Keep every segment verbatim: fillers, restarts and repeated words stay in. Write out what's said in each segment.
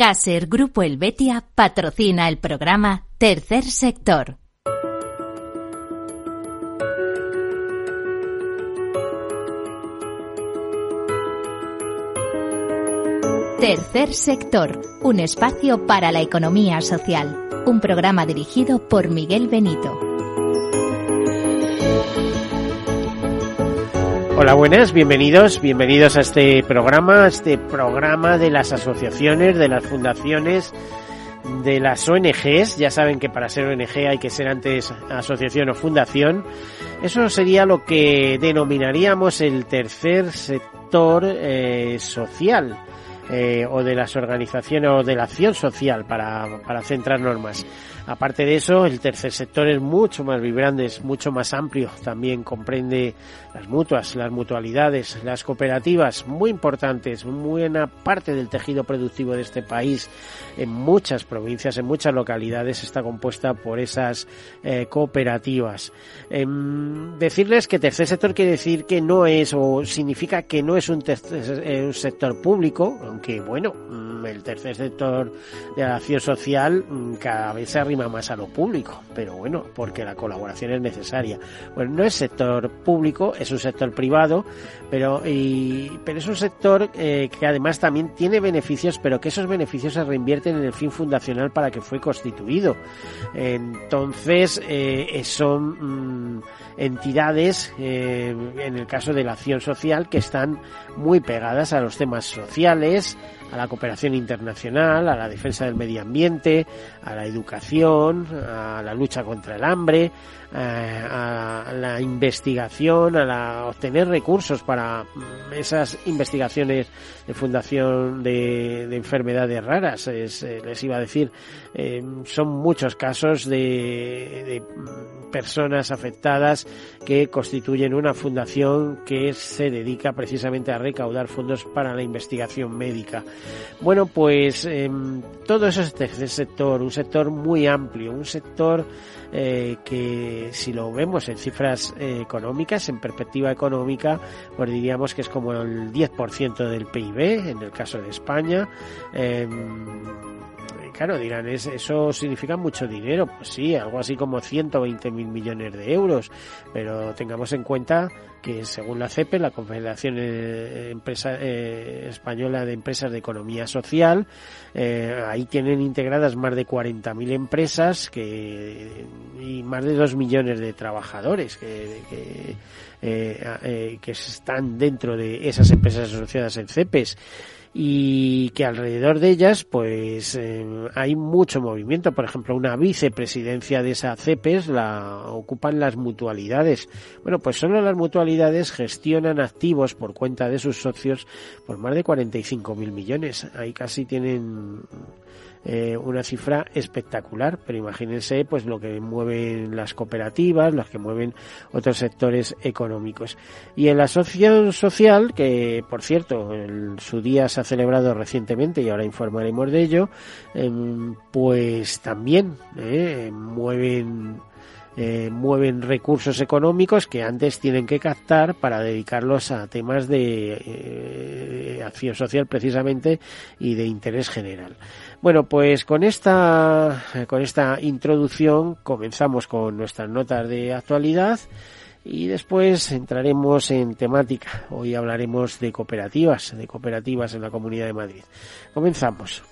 Caser Grupo Helvetia patrocina el programa Tercer Sector. Tercer Sector, un espacio para la economía social. Un programa dirigido por Miguel Benito. Hola, buenas, bienvenidos, bienvenidos a este programa, a este programa de las asociaciones, de las fundaciones, de las O N Ges. Ya saben que para ser O N Ge hay que ser antes asociación o fundación. Eso sería lo que denominaríamos el tercer sector eh, social. Eh, o de las organizaciones o de la acción social para, para centrarnos más. Aparte de eso, el tercer sector es mucho más vibrante, es mucho más amplio, también comprende las mutuas, las mutualidades, las cooperativas, muy importantes, muy buena parte del tejido productivo de este país, en muchas provincias, en muchas localidades está compuesta por esas eh, cooperativas. Eh, decirles que tercer sector quiere decir que no es, o significa que no es un, tercer, eh, un sector público, aunque bueno, el tercer sector de la acción social cada vez se arrima más a lo público, pero bueno, porque la colaboración es necesaria. Bueno, no es sector público, es un sector privado, pero y, pero es un sector eh, que además también tiene beneficios, pero que esos beneficios se reinvierten en el fin fundacional para que fue constituido. Entonces, eh, son mmm, entidades, eh, en el caso de la acción social, que están muy pegadas a los temas sociales, a la cooperación internacional, a la defensa del medio ambiente, a la educación, a la lucha contra el hambre, a, a la investigación, a la obtener recursos para esas investigaciones de fundación de, de enfermedades raras. Es, eh, les iba a decir, eh, son muchos casos de, de personas afectadas que constituyen una fundación que se dedica precisamente a recaudar fondos para la investigación médica. Bueno, pues eh, todo eso es tercer sector, un sector muy amplio, un sector eh, que si lo vemos en cifras eh, económicas, en perspectiva económica, pues diríamos que es como el diez por ciento del P I B en el caso de España. Eh, Claro, dirán, ¿es, ¿eso significa mucho dinero? Pues sí, algo así como ciento veinte mil millones de euros, pero tengamos en cuenta que según la C E P E, la Confederación eh, Empresa, eh, Española de Empresas de Economía Social, eh, ahí tienen integradas más de cuarenta mil empresas que, y más de dos millones de trabajadores que, que, eh, eh, que están dentro de esas empresas asociadas en C E P E S. Y que alrededor de ellas pues eh, hay mucho movimiento. Por ejemplo, una vicepresidencia de esa C E P E S la ocupan las mutualidades. Bueno, pues solo las mutualidades gestionan activos por cuenta de sus socios por más de cuarenta y cinco mil millones. Ahí casi tienen eh, una cifra espectacular, pero imagínense pues lo que mueven las cooperativas, los que mueven otros sectores económicos. Y en la asociación social, que por cierto en su día se ha celebrado recientemente y ahora informaremos de ello, eh, pues también eh, mueven Eh, mueven recursos económicos que antes tienen que captar para dedicarlos a temas de eh, acción social precisamente y de interés general. Bueno, pues con esta con esta introducción comenzamos con nuestras notas de actualidad y después entraremos en temática. Hoy hablaremos de cooperativas, de cooperativas en la Comunidad de Madrid. Comenzamos.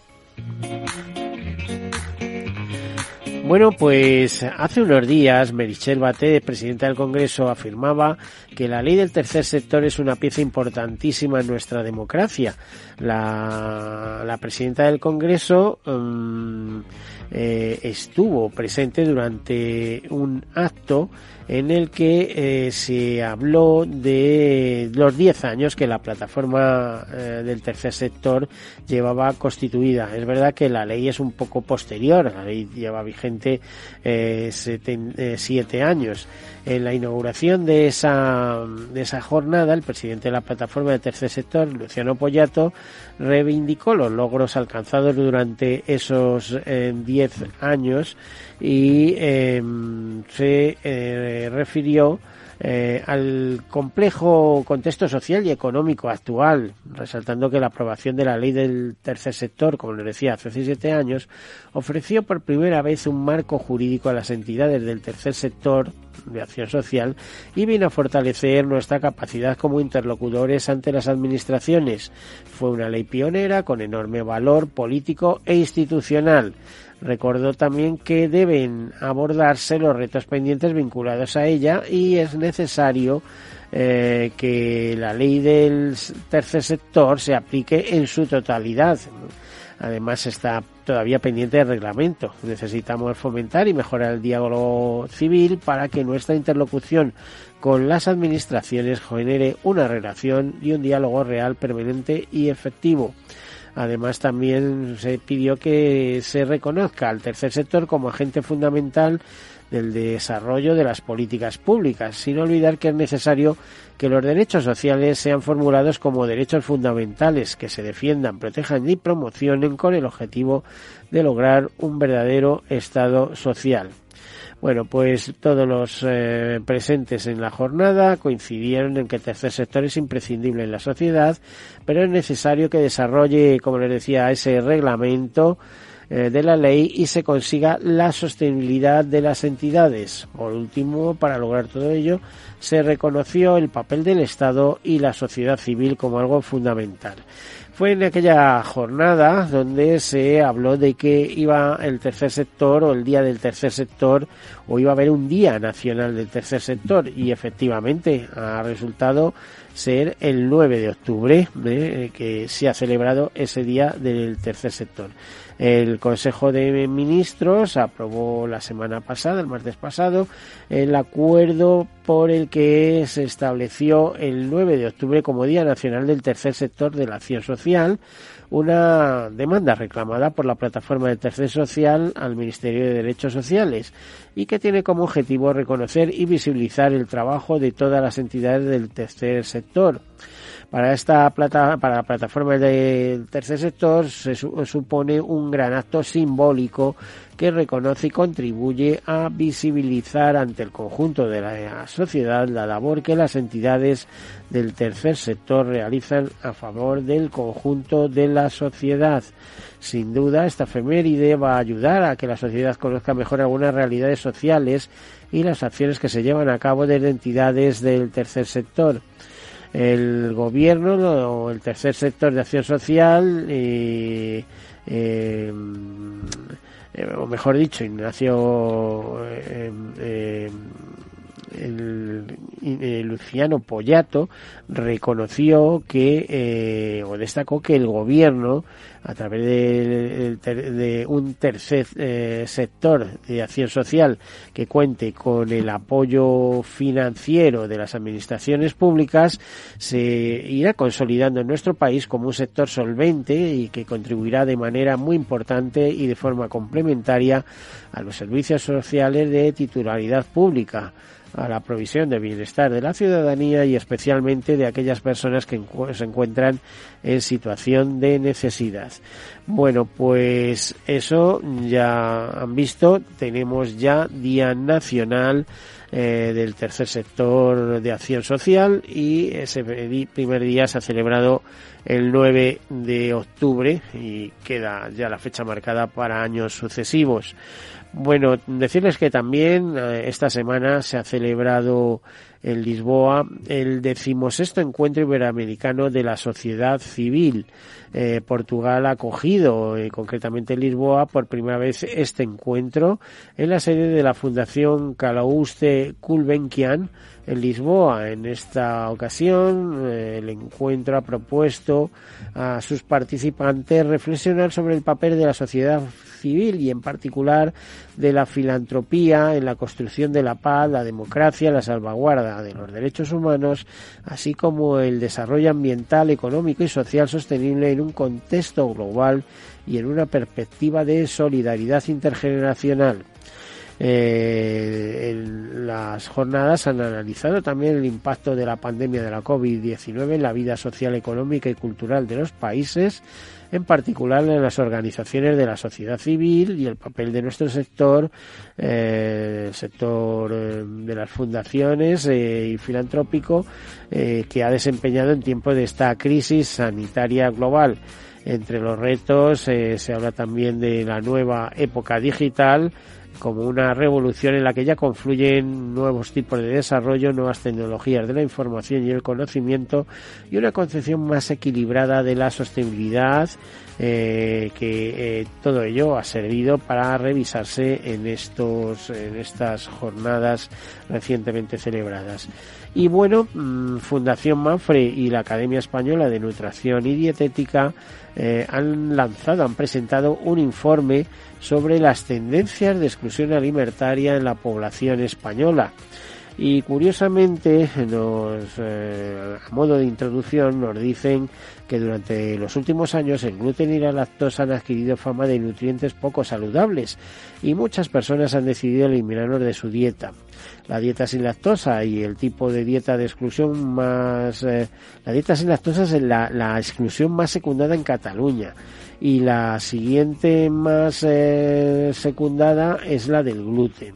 Bueno, pues hace unos días Meritxell Batet, presidenta del Congreso, afirmaba que la ley del tercer sector es una pieza importantísima en nuestra democracia. La, la presidenta del Congreso um, eh, estuvo presente durante un acto en el que eh, se habló de los diez años que la plataforma eh, del tercer sector llevaba constituida. Es verdad que la ley es un poco posterior, la ley lleva vigente eh, seten, eh, siete años. En la inauguración de esa de esa jornada, el presidente de la plataforma del tercer sector, Luciano Poyato, reivindicó los logros alcanzados durante esos eh, diez años y eh, se eh, refirió Eh, al complejo contexto social y económico actual, resaltando que la aprobación de la ley del tercer sector, como les decía, hace diecisiete años, ofreció por primera vez un marco jurídico a las entidades del tercer sector de acción social y vino a fortalecer nuestra capacidad como interlocutores ante las administraciones. Fue una ley pionera con enorme valor político e institucional. Recordó también que deben abordarse los retos pendientes vinculados a ella y es necesario eh, que la ley del tercer sector se aplique en su totalidad. Además está todavía pendiente de reglamento. Necesitamos fomentar y mejorar el diálogo civil para que nuestra interlocución con las administraciones genere una relación y un diálogo real, permanente y efectivo. Además, también se pidió que se reconozca al tercer sector como agente fundamental del desarrollo de las políticas públicas, sin olvidar que es necesario que los derechos sociales sean formulados como derechos fundamentales, que se defiendan, protejan y promocionen con el objetivo de lograr un verdadero Estado social. Bueno, pues todos los eh, presentes en la jornada coincidieron en que el tercer sector es imprescindible en la sociedad, pero es necesario que desarrolle, como les decía, ese reglamento eh, de la ley y se consiga la sostenibilidad de las entidades. Por último, para lograr todo ello, se reconoció el papel del Estado y la sociedad civil como algo fundamental. Fue en aquella jornada donde se habló de que iba el tercer sector o el día del tercer sector o iba a haber un día nacional del tercer sector y efectivamente ha resultado ser el nueve de octubre eh, que se ha celebrado ese día del tercer sector. El Consejo de Ministros aprobó la semana pasada, el martes pasado, el acuerdo por el que se estableció el nueve de octubre como Día Nacional del Tercer Sector de la Acción Social, una demanda reclamada por la Plataforma del Tercer Social al Ministerio de Derechos Sociales y que tiene como objetivo reconocer y visibilizar el trabajo de todas las entidades del tercer sector. Para esta plata, para la plataforma del tercer sector se su, supone un gran acto simbólico que reconoce y contribuye a visibilizar ante el conjunto de la sociedad la labor que las entidades del tercer sector realizan a favor del conjunto de la sociedad. Sin duda, esta efeméride va a ayudar a que la sociedad conozca mejor algunas realidades sociales y las acciones que se llevan a cabo desde entidades del tercer sector. El gobierno o el tercer sector de acción social, eh, eh, o mejor dicho, Ignacio eh, eh, el, el Luciano Pollato reconoció que eh, o destacó que el gobierno a través de, de, de un tercer eh, sector de acción social que cuente con el apoyo financiero de las administraciones públicas se irá consolidando en nuestro país como un sector solvente y que contribuirá de manera muy importante y de forma complementaria a los servicios sociales de titularidad pública, a la provisión de bienestar de la ciudadanía y especialmente de aquellas personas que encu- se encuentran en situación de necesidad. Bueno, pues eso ya han visto, tenemos ya Día Nacional eh, del Tercer Sector de Acción Social y ese primer día se ha celebrado el nueve de octubre y queda ya la fecha marcada para años sucesivos. Bueno, decirles que también eh, esta semana se ha celebrado en Lisboa el decimosexto Encuentro Iberoamericano de la Sociedad Civil. Eh, Portugal ha acogido, eh, concretamente en Lisboa, por primera vez este encuentro en la sede de la Fundación Calouste Gulbenkian en Lisboa. En esta ocasión, eh, el encuentro ha propuesto a sus participantes reflexionar sobre el papel de la sociedad civil y en particular de la filantropía en la construcción de la paz, la democracia, la salvaguarda de los derechos humanos, así como el desarrollo ambiental, económico y social sostenible en un contexto global y en una perspectiva de solidaridad intergeneracional. Eh, en las jornadas han analizado también el impacto de la pandemia de la covid diecinueve en la vida social, económica y cultural de los países, en particular en las organizaciones de la sociedad civil y el papel de nuestro sector, eh, el sector eh, de las fundaciones eh, y filantrópico, eh, que ha desempeñado en tiempos de esta crisis sanitaria global. Entre los retos eh, se habla también de la nueva época digital como una revolución en la que ya confluyen nuevos tipos de desarrollo, nuevas tecnologías de la información y el conocimiento y una concepción más equilibrada de la sostenibilidad, eh, que eh, todo ello ha servido para revisarse en estos en estas jornadas recientemente celebradas. Y bueno, Fundación Mapfre y la Academia Española de Nutrición y Dietética eh, han lanzado, han presentado un informe sobre las tendencias de exclusión alimentaria en la población española. Y curiosamente, nos, eh, a modo de introducción, nos dicen que durante los últimos años el gluten y la lactosa han adquirido fama de nutrientes poco saludables y muchas personas han decidido eliminarlos de su dieta. La dieta sin lactosa y el tipo de dieta de exclusión más... Eh, la dieta sin lactosa es la, la exclusión más secundada en Cataluña y la siguiente más eh, secundada es la del gluten.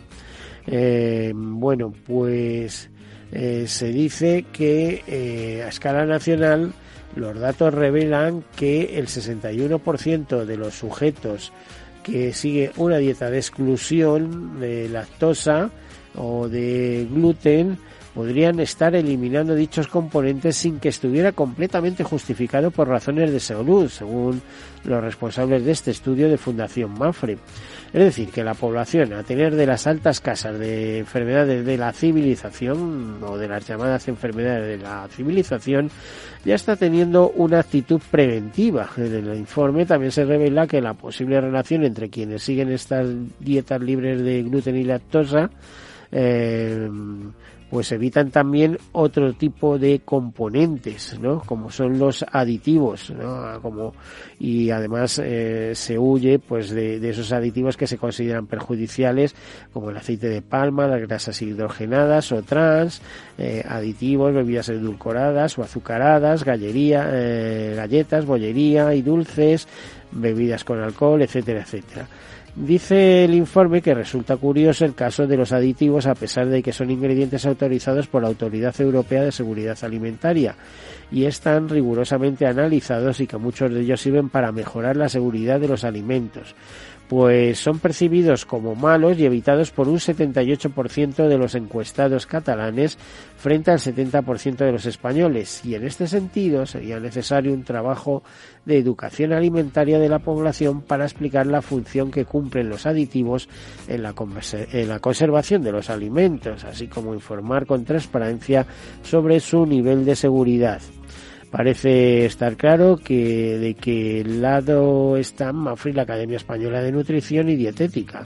Eh, bueno, pues eh, se dice que eh, a escala nacional los datos revelan que el sesenta y uno por ciento de los sujetos que sigue una dieta de exclusión de lactosa o de gluten podrían estar eliminando dichos componentes sin que estuviera completamente justificado por razones de salud, según los responsables de este estudio de Fundación Mapfre. Es decir, que la población, a tener de las altas casas de enfermedades de la civilización o de las llamadas enfermedades de la civilización, ya está teniendo una actitud preventiva. En el informe también se revela que la posible relación entre quienes siguen estas dietas libres de gluten y lactosa eh, pues evitan también otro tipo de componentes, ¿no? Como son los aditivos, ¿no? Como, y además eh, se huye pues de, de esos aditivos que se consideran perjudiciales, como el aceite de palma, las grasas hidrogenadas o trans, eh, aditivos, bebidas edulcoradas o azucaradas, gallería, eh, galletas, bollería y dulces, bebidas con alcohol, etcétera, etcétera. Dice el informe que resulta curioso el caso de los aditivos a pesar de que son ingredientes autorizados por la Autoridad Europea de Seguridad Alimentaria y están rigurosamente analizados y que muchos de ellos sirven para mejorar la seguridad de los alimentos, pues son percibidos como malos y evitados por un setenta y ocho por ciento de los encuestados catalanes frente al setenta por ciento de los españoles, y en este sentido sería necesario un trabajo de educación alimentaria de la población para explicar la función que cumplen los aditivos en la, en la conservación de los alimentos, así como informar con transparencia sobre su nivel de seguridad. Parece estar claro que de que el lado está Mapfre y la Academia Española de Nutrición y Dietética.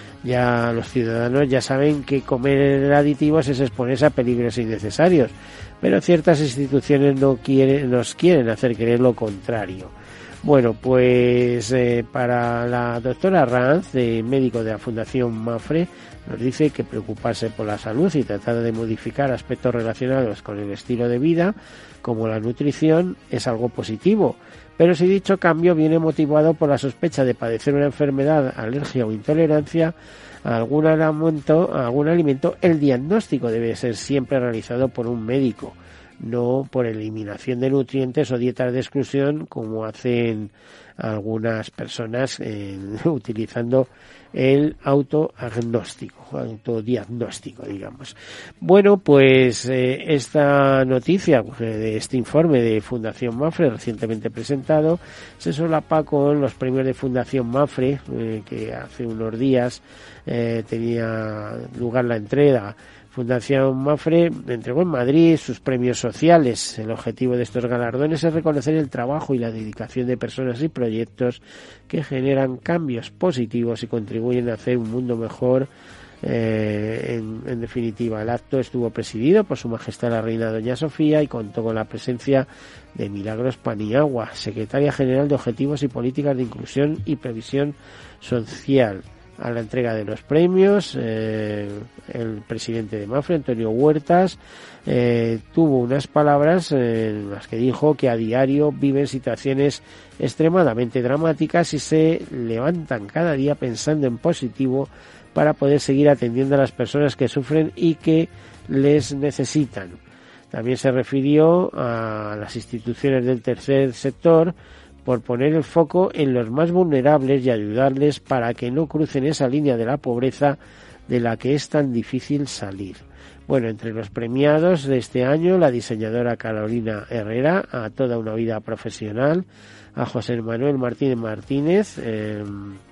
Ya los ciudadanos ya saben que comer aditivos es exponerse a peligros innecesarios, pero ciertas instituciones no quieren, nos quieren hacer creer lo contrario. Bueno, pues eh, para la doctora Ranz, de médico de la Fundación Mapfre, nos dice que preocuparse por la salud y tratar de modificar aspectos relacionados con el estilo de vida, como la nutrición, es algo positivo. Pero si dicho cambio viene motivado por la sospecha de padecer una enfermedad, alergia o intolerancia a algún alimento, a algún alimento, el diagnóstico debe ser siempre realizado por un médico, no por eliminación de nutrientes o dietas de exclusión como hacen algunas personas eh, utilizando el autoagnóstico, autodiagnóstico, digamos. Bueno, pues eh, esta noticia de este informe de Fundación Mapfre recientemente presentado se solapa con los premios de Fundación Mapfre, eh, que hace unos días eh, tenía lugar la entrega. Fundación Mapfre entregó en Madrid sus premios sociales. El objetivo de estos galardones es reconocer el trabajo y la dedicación de personas y proyectos que generan cambios positivos y contribuyen a hacer un mundo mejor. Eh, en, en definitiva, el acto estuvo presidido por Su Majestad la Reina Doña Sofía y contó con la presencia de Milagros Paniagua, secretaria general de Objetivos y Políticas de Inclusión y Previsión Social, a la entrega de los premios. Eh, el presidente de Mapfre, Antonio Huertas, eh, tuvo unas palabras en las que dijo que a diario viven situaciones extremadamente dramáticas y se levantan cada día pensando en positivo para poder seguir atendiendo a las personas que sufren y que les necesitan. También se refirió a las instituciones del tercer sector por poner el foco en los más vulnerables y ayudarles para que no crucen esa línea de la pobreza de la que es tan difícil salir. Bueno, entre los premiados de este año, la diseñadora Carolina Herrera, a toda una vida profesional, a José Manuel Martínez Martínez, eh,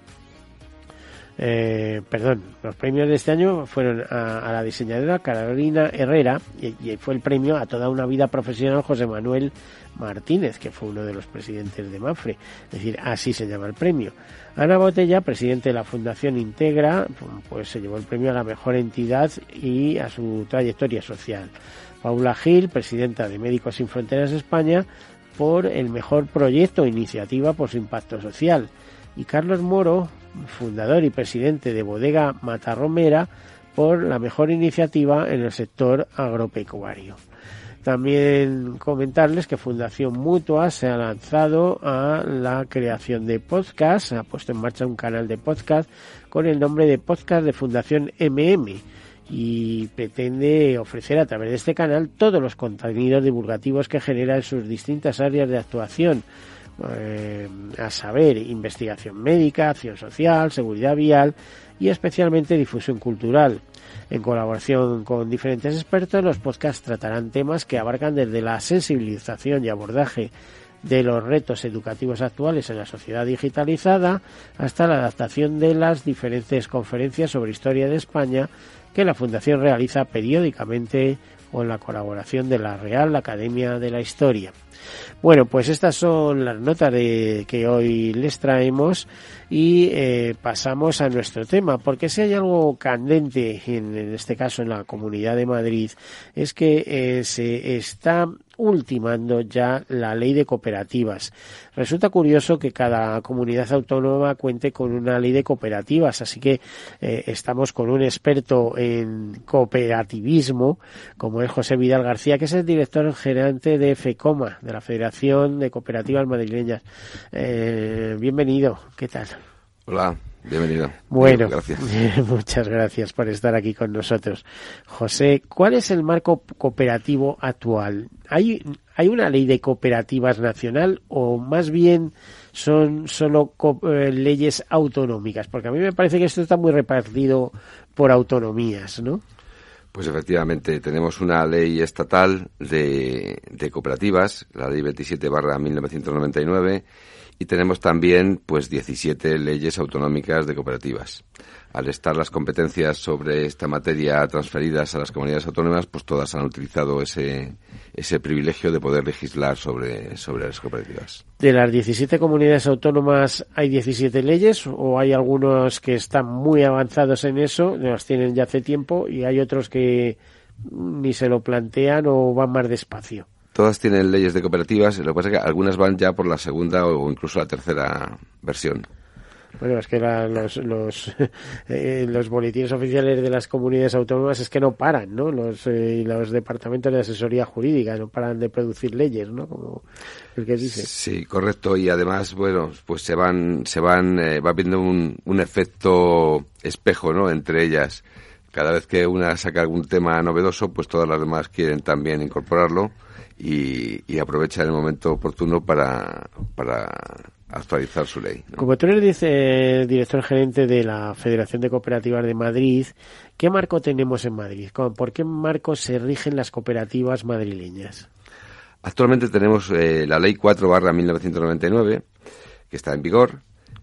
Eh, perdón, los premios de este año fueron a, a la diseñadora Carolina Herrera y, y fue el premio a toda una vida profesional José Manuel Martínez, que fue uno de los presidentes de Mapfre, es decir, así se llama el premio. Ana Botella, presidente de la Fundación Integra, pues se llevó el premio a la mejor entidad y a su trayectoria social. Paula Gil, presidenta de Médicos Sin Fronteras España, por el mejor proyecto o iniciativa por su impacto social. Y Carlos Moro, fundador y presidente de Bodega Matarromera, por la mejor iniciativa en el sector agropecuario. También comentarles que Fundación Mutua se ha lanzado a la creación de podcast, ha puesto en marcha un canal de podcast con el nombre de Podcast de Fundación M M y pretende ofrecer a través de este canal todos los contenidos divulgativos que genera en sus distintas áreas de actuación, Eh, a saber, investigación médica, acción social, seguridad vial y especialmente difusión cultural. En colaboración con diferentes expertos, los podcasts tratarán temas que abarcan desde la sensibilización y abordaje de los retos educativos actuales en la sociedad digitalizada hasta la adaptación de las diferentes conferencias sobre historia de España que la Fundación realiza periódicamente con la colaboración de la Real Academia de la Historia. Bueno, pues estas son las notas de que hoy les traemos y eh, pasamos a nuestro tema, porque si hay algo candente, en, en este caso en la Comunidad de Madrid, es que eh, se está ultimando ya la ley de cooperativas. Resulta curioso que cada comunidad autónoma cuente con una ley de cooperativas, así que eh, estamos con un experto en cooperativismo, como es José Vidal García, que es el director gerente de FECOMA, de la Federación de Cooperativas Madrileñas. Eh, bienvenido, ¿qué tal? Hola, bienvenido. Bueno, gracias. Muchas gracias por estar aquí con nosotros. José, ¿cuál es el marco cooperativo actual? ¿Hay, hay una ley de cooperativas nacional o más bien son solo co- eh, leyes autonómicas? Porque a mí me parece que esto está muy repartido por autonomías, ¿no? Pues efectivamente, tenemos una ley estatal de, de cooperativas, la ley veintisiete barra mil novecientos noventa y nueve, y tenemos también pues diecisiete leyes autonómicas de cooperativas. Al estar las competencias sobre esta materia transferidas a las comunidades autónomas, pues todas han utilizado ese ese privilegio de poder legislar sobre sobre las cooperativas. ¿De las diecisiete comunidades autónomas hay diecisiete leyes o hay algunos que están muy avanzados en eso, las tienen ya hace tiempo, y hay otros que ni se lo plantean o van más despacio? Todas tienen leyes de cooperativas, lo que pasa es que algunas van ya por la segunda o incluso la tercera versión. Bueno, es que la, los los, eh, los boletines oficiales de las comunidades autónomas es que no paran, ¿no? Los eh, los departamentos de asesoría jurídica no paran de producir leyes, ¿no? Como el que dice. Sí, correcto. Y además, bueno, pues se van se van eh, va viendo un, un efecto espejo, ¿no? Entre ellas. Cada vez que una saca algún tema novedoso, pues todas las demás quieren también incorporarlo y, y aprovechan el momento oportuno para para actualizar su ley, ¿no? Como tú eres dice, director gerente de la Federación de Cooperativas de Madrid, ¿qué marco tenemos en Madrid? ¿Por qué marco se rigen las cooperativas madrileñas? Actualmente tenemos eh, la ley cuatro barra mil novecientos noventa y nueve, que está en vigor,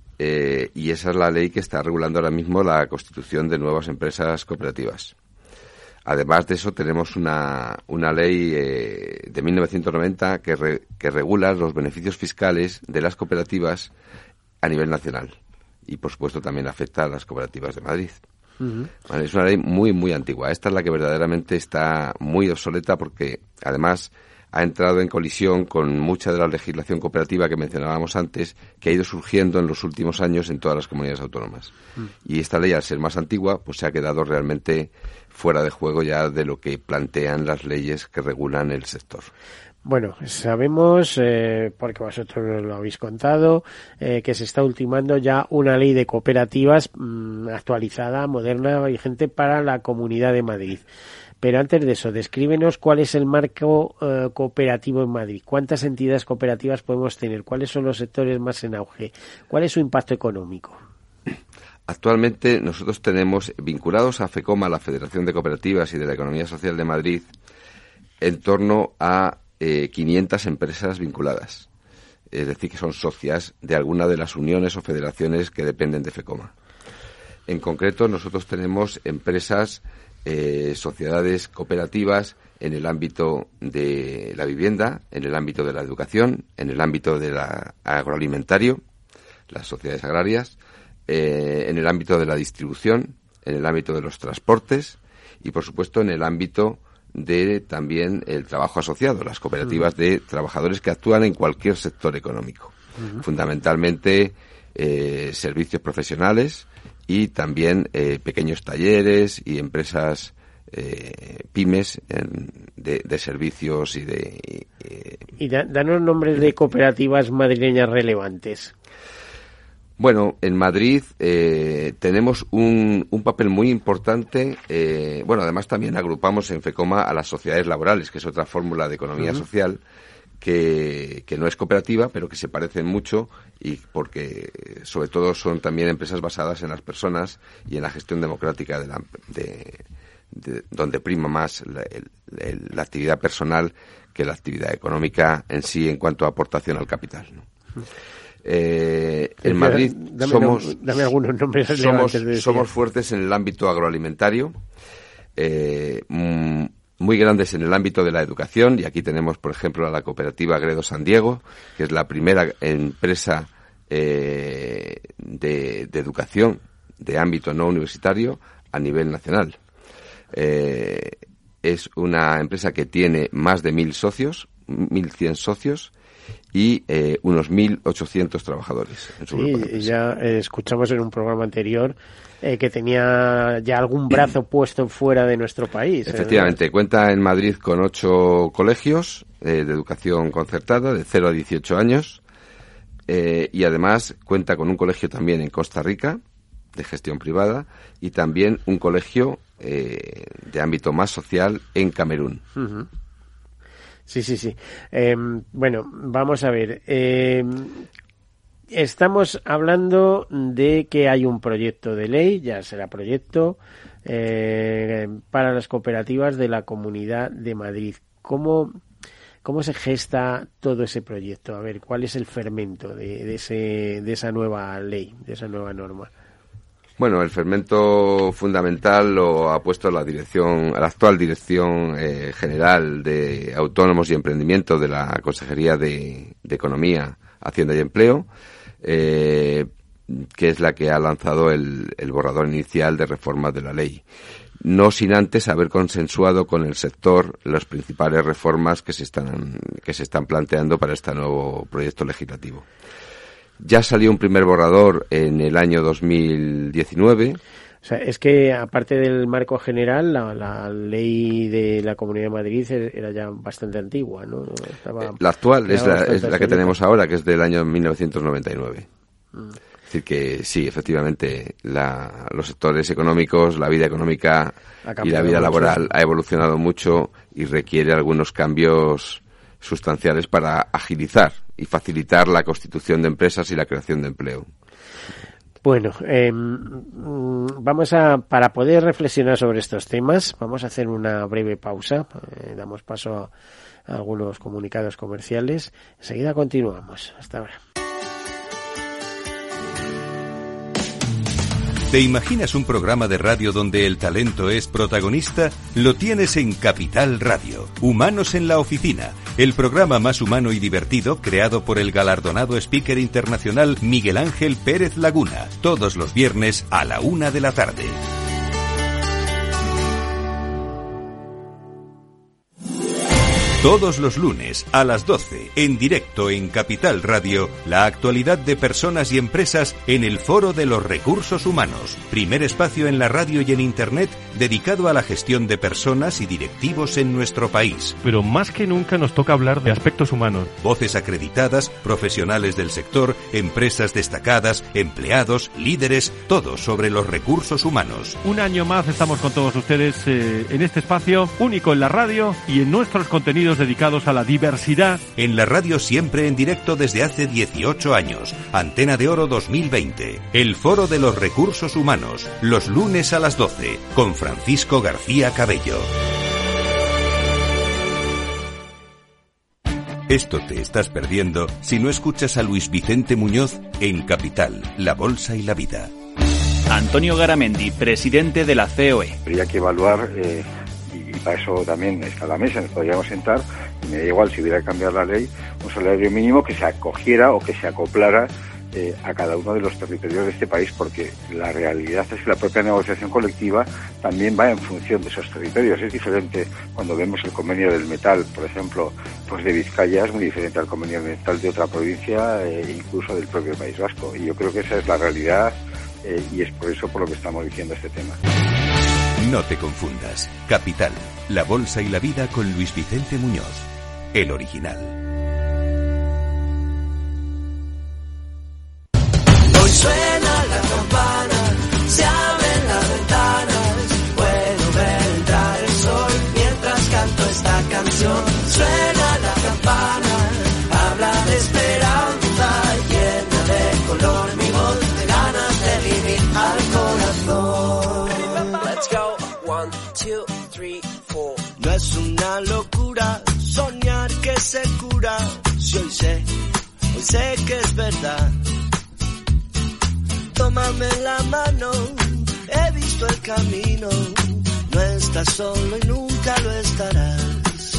eh, y esa es la ley que está regulando ahora mismo la constitución de nuevas empresas cooperativas. Además de eso, tenemos una, una ley eh, de mil novecientos noventa que, re, que regula los beneficios fiscales de las cooperativas a nivel nacional. Y, por supuesto, también afecta a las cooperativas de Madrid. Uh-huh. Vale, es una ley muy, muy antigua. Esta es la que verdaderamente está muy obsoleta porque, además, ha entrado en colisión con mucha de la legislación cooperativa que mencionábamos antes, que ha ido surgiendo en los últimos años en todas las comunidades autónomas. Mm. Y esta ley, al ser más antigua, pues se ha quedado realmente fuera de juego ya de lo que plantean las leyes que regulan el sector. Bueno, sabemos, eh, porque vosotros nos lo habéis contado, eh, que se está ultimando ya una ley de cooperativas mmm, actualizada, moderna, vigente para la Comunidad de Madrid. Pero antes de eso, descríbenos cuál es el marco eh, cooperativo en Madrid. ¿Cuántas entidades cooperativas podemos tener? ¿Cuáles son los sectores más en auge? ¿Cuál es su impacto económico? Actualmente nosotros tenemos vinculados a FECOMA, la Federación de Cooperativas y de la Economía Social de Madrid, en torno a eh, quinientas empresas vinculadas. Es decir, que son socias de alguna de las uniones o federaciones que dependen de FECOMA. En concreto, nosotros tenemos empresas, eh, sociedades cooperativas en el ámbito de la vivienda, en el ámbito de la educación, en el ámbito del agroalimentario, las sociedades agrarias, eh, en el ámbito de la distribución, en el ámbito de los transportes y, por supuesto, en el ámbito de también el trabajo asociado, las cooperativas uh-huh. de trabajadores que actúan en cualquier sector económico, uh-huh. fundamentalmente eh, servicios profesionales y también eh, pequeños talleres y empresas eh, pymes en, de, de servicios y de... Eh, y da, danos nombres de cooperativas madrileñas relevantes. Bueno, en Madrid eh, tenemos un, un papel muy importante. Eh, bueno, además también agrupamos en FECOMA a las sociedades laborales, que es otra fórmula de economía uh-huh. social que, que no es cooperativa, pero que se parecen mucho y porque sobre todo son también empresas basadas en las personas y en la gestión democrática de la, de, de, donde prima más la, el, el, la actividad personal que la actividad económica en sí en cuanto a aportación al capital, ¿no? Uh-huh. Eh, en Madrid dame, somos, dame algunos nombres somos, somos fuertes en el ámbito agroalimentario, eh, muy grandes en el ámbito de la educación, y aquí tenemos, por ejemplo, a la cooperativa Gredo San Diego, que es la primera empresa eh, de, de educación de ámbito no universitario a nivel nacional. Eh, es una empresa que tiene más de mil socios, mil cien socios, y eh, unos mil ochocientos trabajadores en su grupo de empresas. Sí, ya eh, escuchamos en un programa anterior eh, que tenía ya algún brazo puesto fuera de nuestro país. Efectivamente, ¿eh? Cuenta en Madrid con ocho colegios eh, de educación concertada de cero a dieciocho años eh, y además cuenta con un colegio también en Costa Rica de gestión privada y también un colegio eh, de ámbito más social en Camerún. Uh-huh. Sí, sí, sí. Eh, bueno, vamos a ver. Eh, estamos hablando de que hay un proyecto de ley, ya será proyecto, eh, para las cooperativas de la Comunidad de Madrid. ¿Cómo, cómo se gesta todo ese proyecto? A ver, ¿cuál es el fermento de, de, ese, de esa nueva ley, de esa nueva norma? Bueno, el fermento fundamental lo ha puesto la dirección, la actual Dirección eh, General de Autónomos y Emprendimiento de la Consejería de, de Economía, Hacienda y Empleo, eh, que es la que ha lanzado el, el borrador inicial de reforma de la ley. No sin antes haber consensuado con el sector las principales reformas que se están, que se están planteando para este nuevo proyecto legislativo. Ya salió un primer borrador en el año dos mil diecinueve. O sea, es que aparte del marco general, la, la ley de la Comunidad de Madrid era ya bastante antigua, ¿no? Estaba, la actual es la, es la que tenemos ahora, que es del año mil novecientos noventa y nueve. Mm. Es decir que sí, efectivamente, la, los sectores económicos, la vida económica y la vida laboral mucho. Ha evolucionado mucho y requiere algunos cambios sustanciales para agilizar y facilitar la constitución de empresas y la creación de empleo. Bueno, eh, vamos a, para poder reflexionar sobre estos temas, vamos a hacer una breve pausa. Eh, damos paso a, a algunos comunicados comerciales. Enseguida continuamos. Hasta ahora. ¿Te imaginas un programa de radio donde el talento es protagonista? Lo tienes en Capital Radio. Humanos en la Oficina, el programa más humano y divertido creado por el galardonado speaker internacional Miguel Ángel Pérez Laguna, todos los viernes a la una de la tarde. Todos los lunes a las doce, en directo en Capital Radio, la actualidad de personas y empresas en el Foro de los Recursos Humanos, primer espacio en la radio y en Internet dedicado a la gestión de personas y directivos en nuestro país. Pero más que nunca nos toca hablar de aspectos humanos. Voces acreditadas, profesionales del sector, empresas destacadas, empleados, líderes, todo sobre los recursos humanos. Un año más estamos con todos ustedes eh, en este espacio único en la radio y en nuestros contenidos dedicados a la diversidad. En la radio siempre en directo desde hace dieciocho años. Antena de Oro dos mil veinte. El Foro de los Recursos Humanos. Los lunes a las doce. Con Francisco García Cabello. Esto te estás perdiendo si no escuchas a Luis Vicente Muñoz en Capital, La Bolsa y la Vida. Antonio Garamendi, presidente de la C O E. Habría que evaluar... Eh... y para eso también está la mesa, nos podríamos sentar y me da igual si hubiera que cambiar la ley, un salario mínimo que se acogiera o que se acoplara eh, a cada uno de los territorios de este país, porque la realidad es que la propia negociación colectiva también va en función de esos territorios. Es diferente cuando vemos el convenio del metal, por ejemplo, pues de Vizcaya, es muy diferente al convenio del metal de otra provincia e eh, incluso del propio País Vasco, y yo creo que esa es la realidad eh, y es por eso por lo que estamos diciendo este tema. No te confundas. Capital, La Bolsa y la Vida con Luis Vicente Muñoz, el original. Hoy suena la campana, se abren las ventanas, puedo ver entrar el sol mientras canto esta canción. Suena la campana, habla de esperanza, llena de color mi voz, de ganas de vivir al corazón. One, two, three, four. No es una locura soñar que se cura. Si hoy sé, hoy sé que es verdad. Tómame la mano, he visto el camino. No estás solo y nunca lo estarás.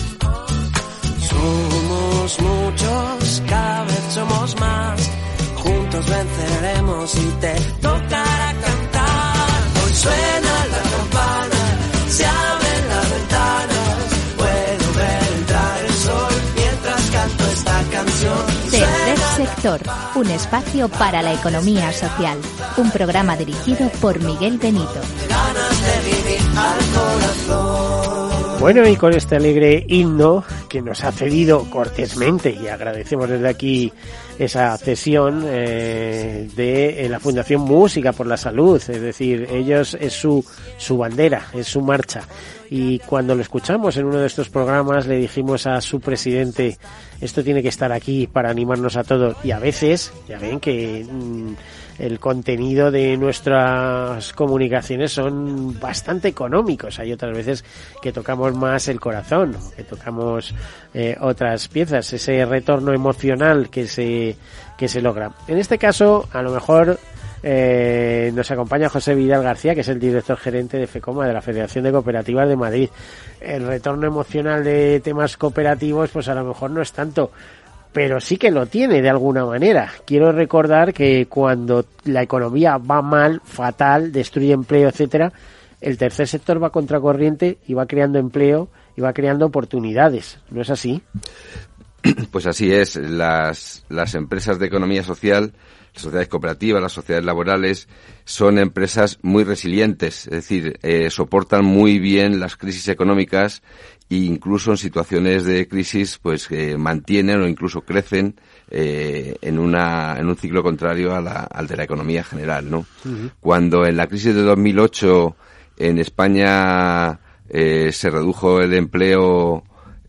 Somos muchos, cada vez somos más. Juntos venceremos y te tocará cantar. Hoy suena la campana. Se abren las ventanas, puedo ver entrar el sol mientras canto esta canción. Tercer sector, un espacio para la economía social. Un programa dirigido por Miguel Benito. Ganas de vivir al corazón. Bueno, y con este alegre himno que nos ha cedido cortésmente, y agradecemos desde aquí esa cesión eh, de eh, la Fundación Música por la Salud, es decir, ellos es su su bandera, es su marcha. Y cuando lo escuchamos en uno de estos programas le dijimos a su presidente, esto tiene que estar aquí para animarnos a todos, y a veces, ya ven que mmm, el contenido de nuestras comunicaciones son bastante económicos. Hay otras veces que tocamos más el corazón, que tocamos eh, otras piezas, ese retorno emocional que se que se logra. En este caso, a lo mejor eh, nos acompaña José Vidal García, que es el director gerente de FECOMA, de la Federación de Cooperativas de Madrid. El retorno emocional de temas cooperativos, pues a lo mejor no es tanto, pero sí que lo tiene de alguna manera. Quiero recordar que cuando la economía va mal, fatal, destruye empleo, etcétera, el tercer sector va contracorriente y va creando empleo y va creando oportunidades. ¿No es así? Pues así es. Las, las empresas de economía social, las sociedades cooperativas, las sociedades laborales, son empresas muy resilientes, es decir, eh, soportan muy bien las crisis económicas e incluso en situaciones de crisis pues eh, mantienen o incluso crecen eh, en una en un ciclo contrario a la, al de la economía general, ¿no? Uh-huh. Cuando en la crisis de dos mil ocho en España eh, se redujo el empleo,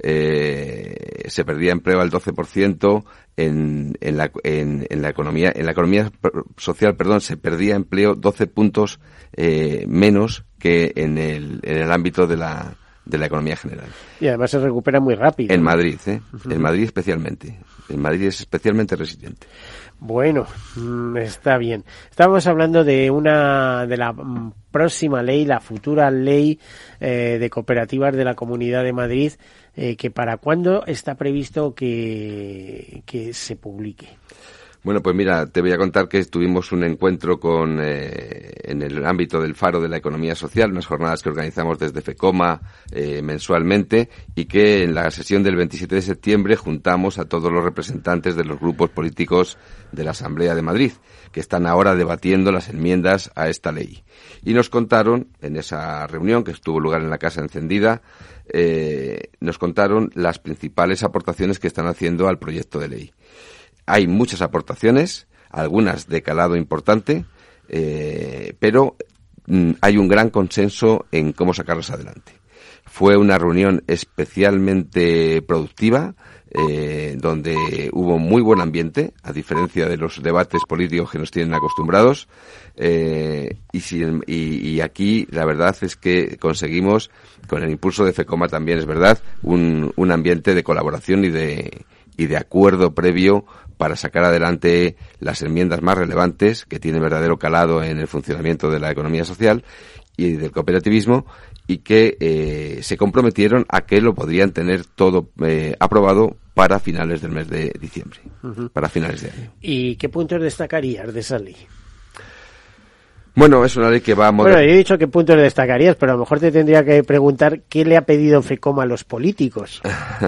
eh, se perdía empleo al doce por ciento, en, en la en, en la economía en la economía social, perdón, se perdía empleo doce puntos eh, menos que en el en el ámbito de la de la economía general. Y además se recupera muy rápido. En Madrid, ¿eh? Uh-huh. En Madrid especialmente. En Madrid es especialmente resiliente. Bueno, está bien. Estábamos hablando de una de la próxima ley, la futura ley eh, de cooperativas de la Comunidad de Madrid, eh, que para cuándo está previsto que, que se publique. Bueno, pues mira, te voy a contar que tuvimos un encuentro con eh, en el ámbito del Faro de la Economía Social, unas jornadas que organizamos desde FECOMA eh, mensualmente, y que en la sesión del veintisiete de septiembre juntamos a todos los representantes de los grupos políticos de la Asamblea de Madrid, que están ahora debatiendo las enmiendas a esta ley. Y nos contaron, en esa reunión que tuvo lugar en la Casa Encendida, eh, nos contaron las principales aportaciones que están haciendo al proyecto de ley. Hay muchas aportaciones, algunas de calado importante, eh, pero mm, hay un gran consenso en cómo sacarlas adelante. Fue una reunión especialmente productiva, eh, donde hubo muy buen ambiente, a diferencia de los debates políticos que nos tienen acostumbrados, eh, y, si, y, y aquí la verdad es que conseguimos, con el impulso de FECOMA también es verdad, un, un ambiente de colaboración y de, y de acuerdo previo para sacar adelante las enmiendas más relevantes que tienen verdadero calado en el funcionamiento de la economía social y del cooperativismo, y que eh, se comprometieron a que lo podrían tener todo eh, aprobado para finales del mes de diciembre, uh-huh. para finales de año. ¿Y qué puntos destacarías de esa ley? Bueno, es una ley que va a moder... Bueno, yo he dicho qué puntos destacarías, pero a lo mejor te tendría que preguntar qué le ha pedido FECOMA a los políticos.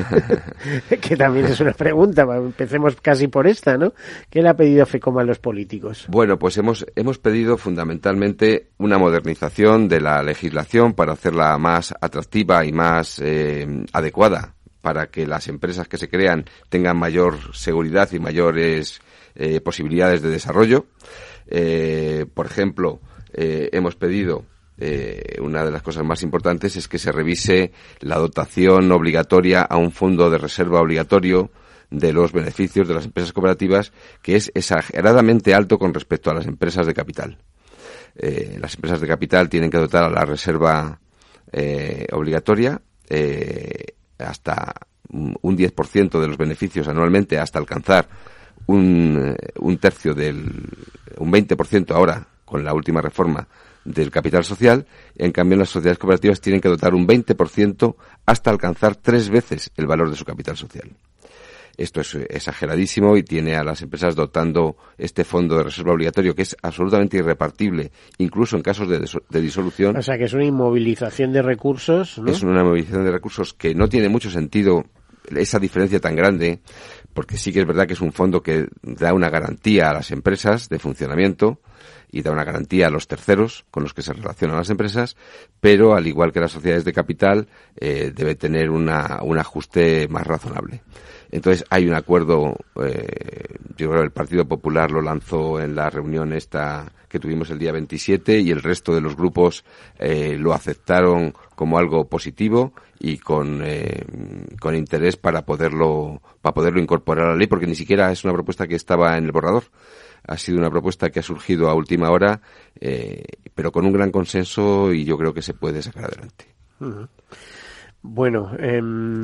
Que también es una pregunta, empecemos casi por esta, ¿no? ¿Qué le ha pedido FECOMA a los políticos? Bueno, pues hemos, hemos pedido fundamentalmente una modernización de la legislación para hacerla más atractiva y más eh, adecuada, para que las empresas que se crean tengan mayor seguridad y mayores eh, posibilidades de desarrollo. Eh, por ejemplo, eh, hemos pedido, eh, una de las cosas más importantes es que se revise la dotación obligatoria a un fondo de reserva obligatorio de los beneficios de las empresas cooperativas, que es exageradamente alto con respecto a las empresas de capital. Eh, las empresas de capital tienen que dotar a la reserva eh, obligatoria eh, hasta un diez por ciento de los beneficios anualmente, hasta alcanzar un, un tercio del, un veinte por ciento ahora con la última reforma del capital social. En cambio, las sociedades cooperativas tienen que dotar un veinte por ciento hasta alcanzar tres veces el valor de su capital social. Esto es exageradísimo y tiene a las empresas dotando este fondo de reserva obligatorio, que es absolutamente irrepartible, incluso en casos de, de disolución. O sea, que es una inmovilización de recursos, ¿no? Es una inmovilización de recursos que no tiene mucho sentido esa diferencia tan grande, porque sí que es verdad que es un fondo que da una garantía a las empresas de funcionamiento y da una garantía a los terceros con los que se relacionan las empresas, pero al igual que las sociedades de capital, eh, debe tener una, un ajuste más razonable. Entonces hay un acuerdo, eh, yo creo que el Partido Popular lo lanzó en la reunión esta que tuvimos el día veintisiete, y el resto de los grupos eh, lo aceptaron como algo positivo y con eh, con interés para poderlo para poderlo incorporar a la ley, porque ni siquiera es una propuesta que estaba en el borrador. Ha sido una propuesta que ha surgido a última hora, eh, pero con un gran consenso, y yo creo que se puede sacar adelante. Uh-huh. Bueno, eh,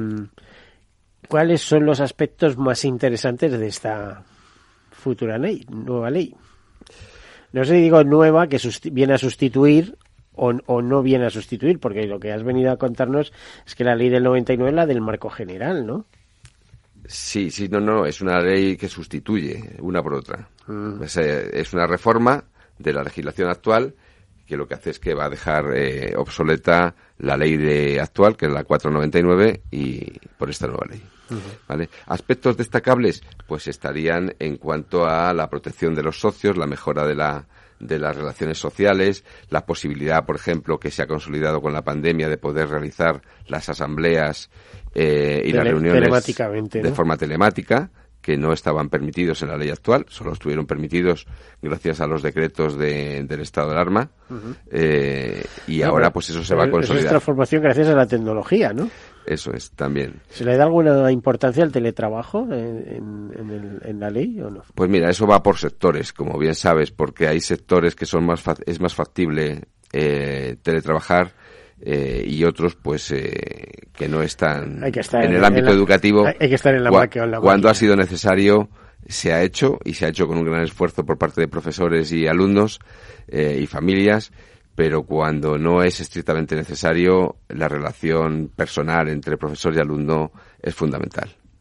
¿cuáles son los aspectos más interesantes de esta futura ley, nueva ley? No sé si digo nueva, que susti- viene a sustituir o, o no viene a sustituir, porque lo que has venido a contarnos es que la ley del noventa y nueve es la del marco general, ¿no? Sí, sí, no, no, es una ley que sustituye una por otra. Mm. Es, es una reforma de la legislación actual que lo que hace es que va a dejar eh, obsoleta la ley de actual, que es la cuatrocientos noventa y nueve, y por esta nueva ley. Uh-huh. ¿Vale? Aspectos destacables, pues estarían en cuanto a la protección de los socios, la mejora de la de las relaciones sociales, la posibilidad, por ejemplo, que se ha consolidado con la pandemia, de poder realizar las asambleas eh, y Tele- las reuniones telemáticamente, ¿no? de forma telemática, que no estaban permitidos en la ley actual, solo estuvieron permitidos gracias a los decretos de, del estado de alarma, uh-huh. eh, y no, ahora pues eso se va a consolidar. Eso es transformación gracias a la tecnología, ¿no? Eso es, también. ¿Se le da alguna importancia al teletrabajo en, en, el, en la ley o no? Pues mira, eso va por sectores, como bien sabes, porque hay sectores que son más fa- es más factible eh, teletrabajar, eh, y otros pues eh, que no están hay que estar en el en, ámbito en la, educativo. Hay que estar en la cua- máquina. La cuando máquina. ha sido necesario se ha hecho, y se ha hecho con un gran esfuerzo por parte de profesores y alumnos eh, y familias. Pero cuando no es estrictamente necesario, la relación personal entre profesor y alumno es fundamental.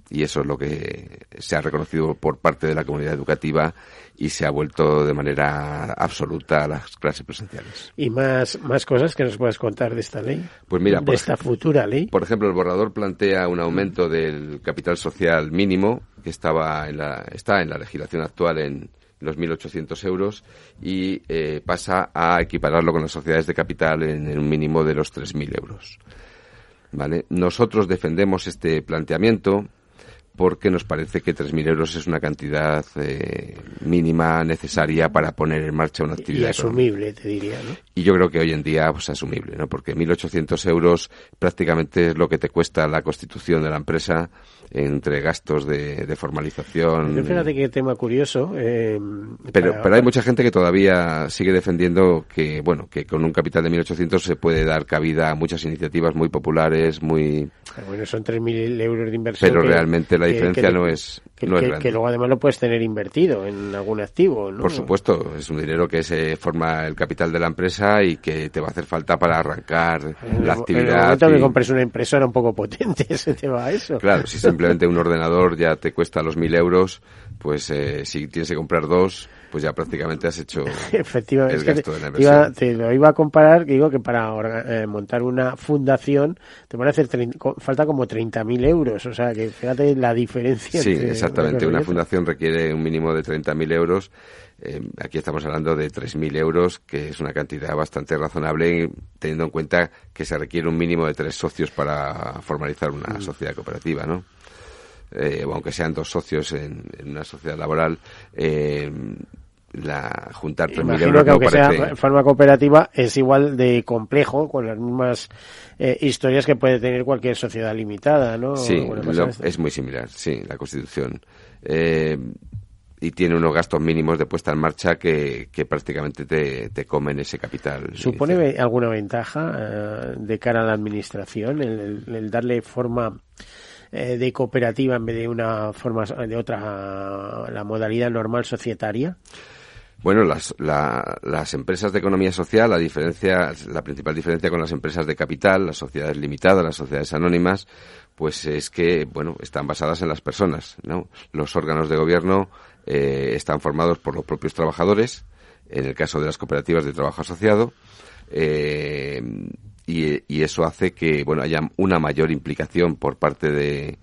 Y eso es lo que se ha reconocido por parte de la comunidad educativa y se ha vuelto de manera absoluta a las clases presenciales. ¿Y más, más cosas que nos puedas contar de esta ley? Pues mira, de por, esta futura ley. Por ejemplo, el borrador plantea un aumento del capital social mínimo, que estaba en la, está en la legislación actual en los mil ochocientos euros, y eh, pasa a equipararlo con las sociedades de capital en, en un mínimo de los tres mil euros. ¿Vale? Nosotros defendemos este planteamiento porque nos parece que tres mil euros es una cantidad eh, mínima necesaria para poner en marcha una actividad y asumible, económica. Te diría, ¿no? Y yo creo que hoy en día pues asumible, ¿no? Porque mil ochocientos euros prácticamente es lo que te cuesta la constitución de la empresa entre gastos de, de formalización. Pero fíjate qué tema curioso. Eh, pero, para... pero hay mucha gente que todavía sigue defendiendo que, bueno, que con un capital de mil ochocientos se puede dar cabida a muchas iniciativas muy populares, muy... Pero bueno, son tres mil euros de inversión. Pero que, realmente la diferencia que, que, no es, que, no es que, grande. Que luego además lo puedes tener invertido en algún activo, ¿no? Por supuesto, es un dinero que se forma el capital de la empresa y que te va a hacer falta para arrancar en la el, actividad. En el momento y... que compres una impresora un poco potente, se te va a eso. Claro, si simplemente un ordenador ya te cuesta los mil euros, pues eh, si tienes que comprar dos, pues ya prácticamente has hecho efectivamente, el gasto de la inversión. Iba, inversión. Te lo iba a comparar, que digo que para eh, montar una fundación te van a hacer treinta, falta como treinta mil euros, o sea que fíjate la diferencia. Sí, entre exactamente, una fundación requiere un mínimo de treinta mil euros. Eh, aquí estamos hablando de tres mil euros, que es una cantidad bastante razonable, teniendo en cuenta que se requiere un mínimo de tres socios para formalizar una mm. sociedad cooperativa, ¿no? Eh, o aunque sean dos socios en, en una sociedad laboral, eh, la juntar tres mil euros que aunque no parece... sea forma cooperativa es igual de complejo, con las mismas eh, historias que puede tener cualquier sociedad limitada, ¿no? Sí, bueno, lo, es muy similar, sí, la Constitución. Eh, y tiene unos gastos mínimos de puesta en marcha que, que prácticamente te, te comen ese capital. ¿Supone inicial. alguna ventaja eh, de cara a la administración el, el, el darle forma eh, de cooperativa en vez de una forma de otra, la modalidad normal societaria? Bueno, las, la, las empresas de economía social, la diferencia, la principal diferencia con las empresas de capital, las sociedades limitadas, las sociedades anónimas, pues es que, bueno, están basadas en las personas, ¿no? Los órganos de gobierno eh, están formados por los propios trabajadores, en el caso de las cooperativas de trabajo asociado, eh, y, y eso hace que, bueno, haya una mayor implicación por parte de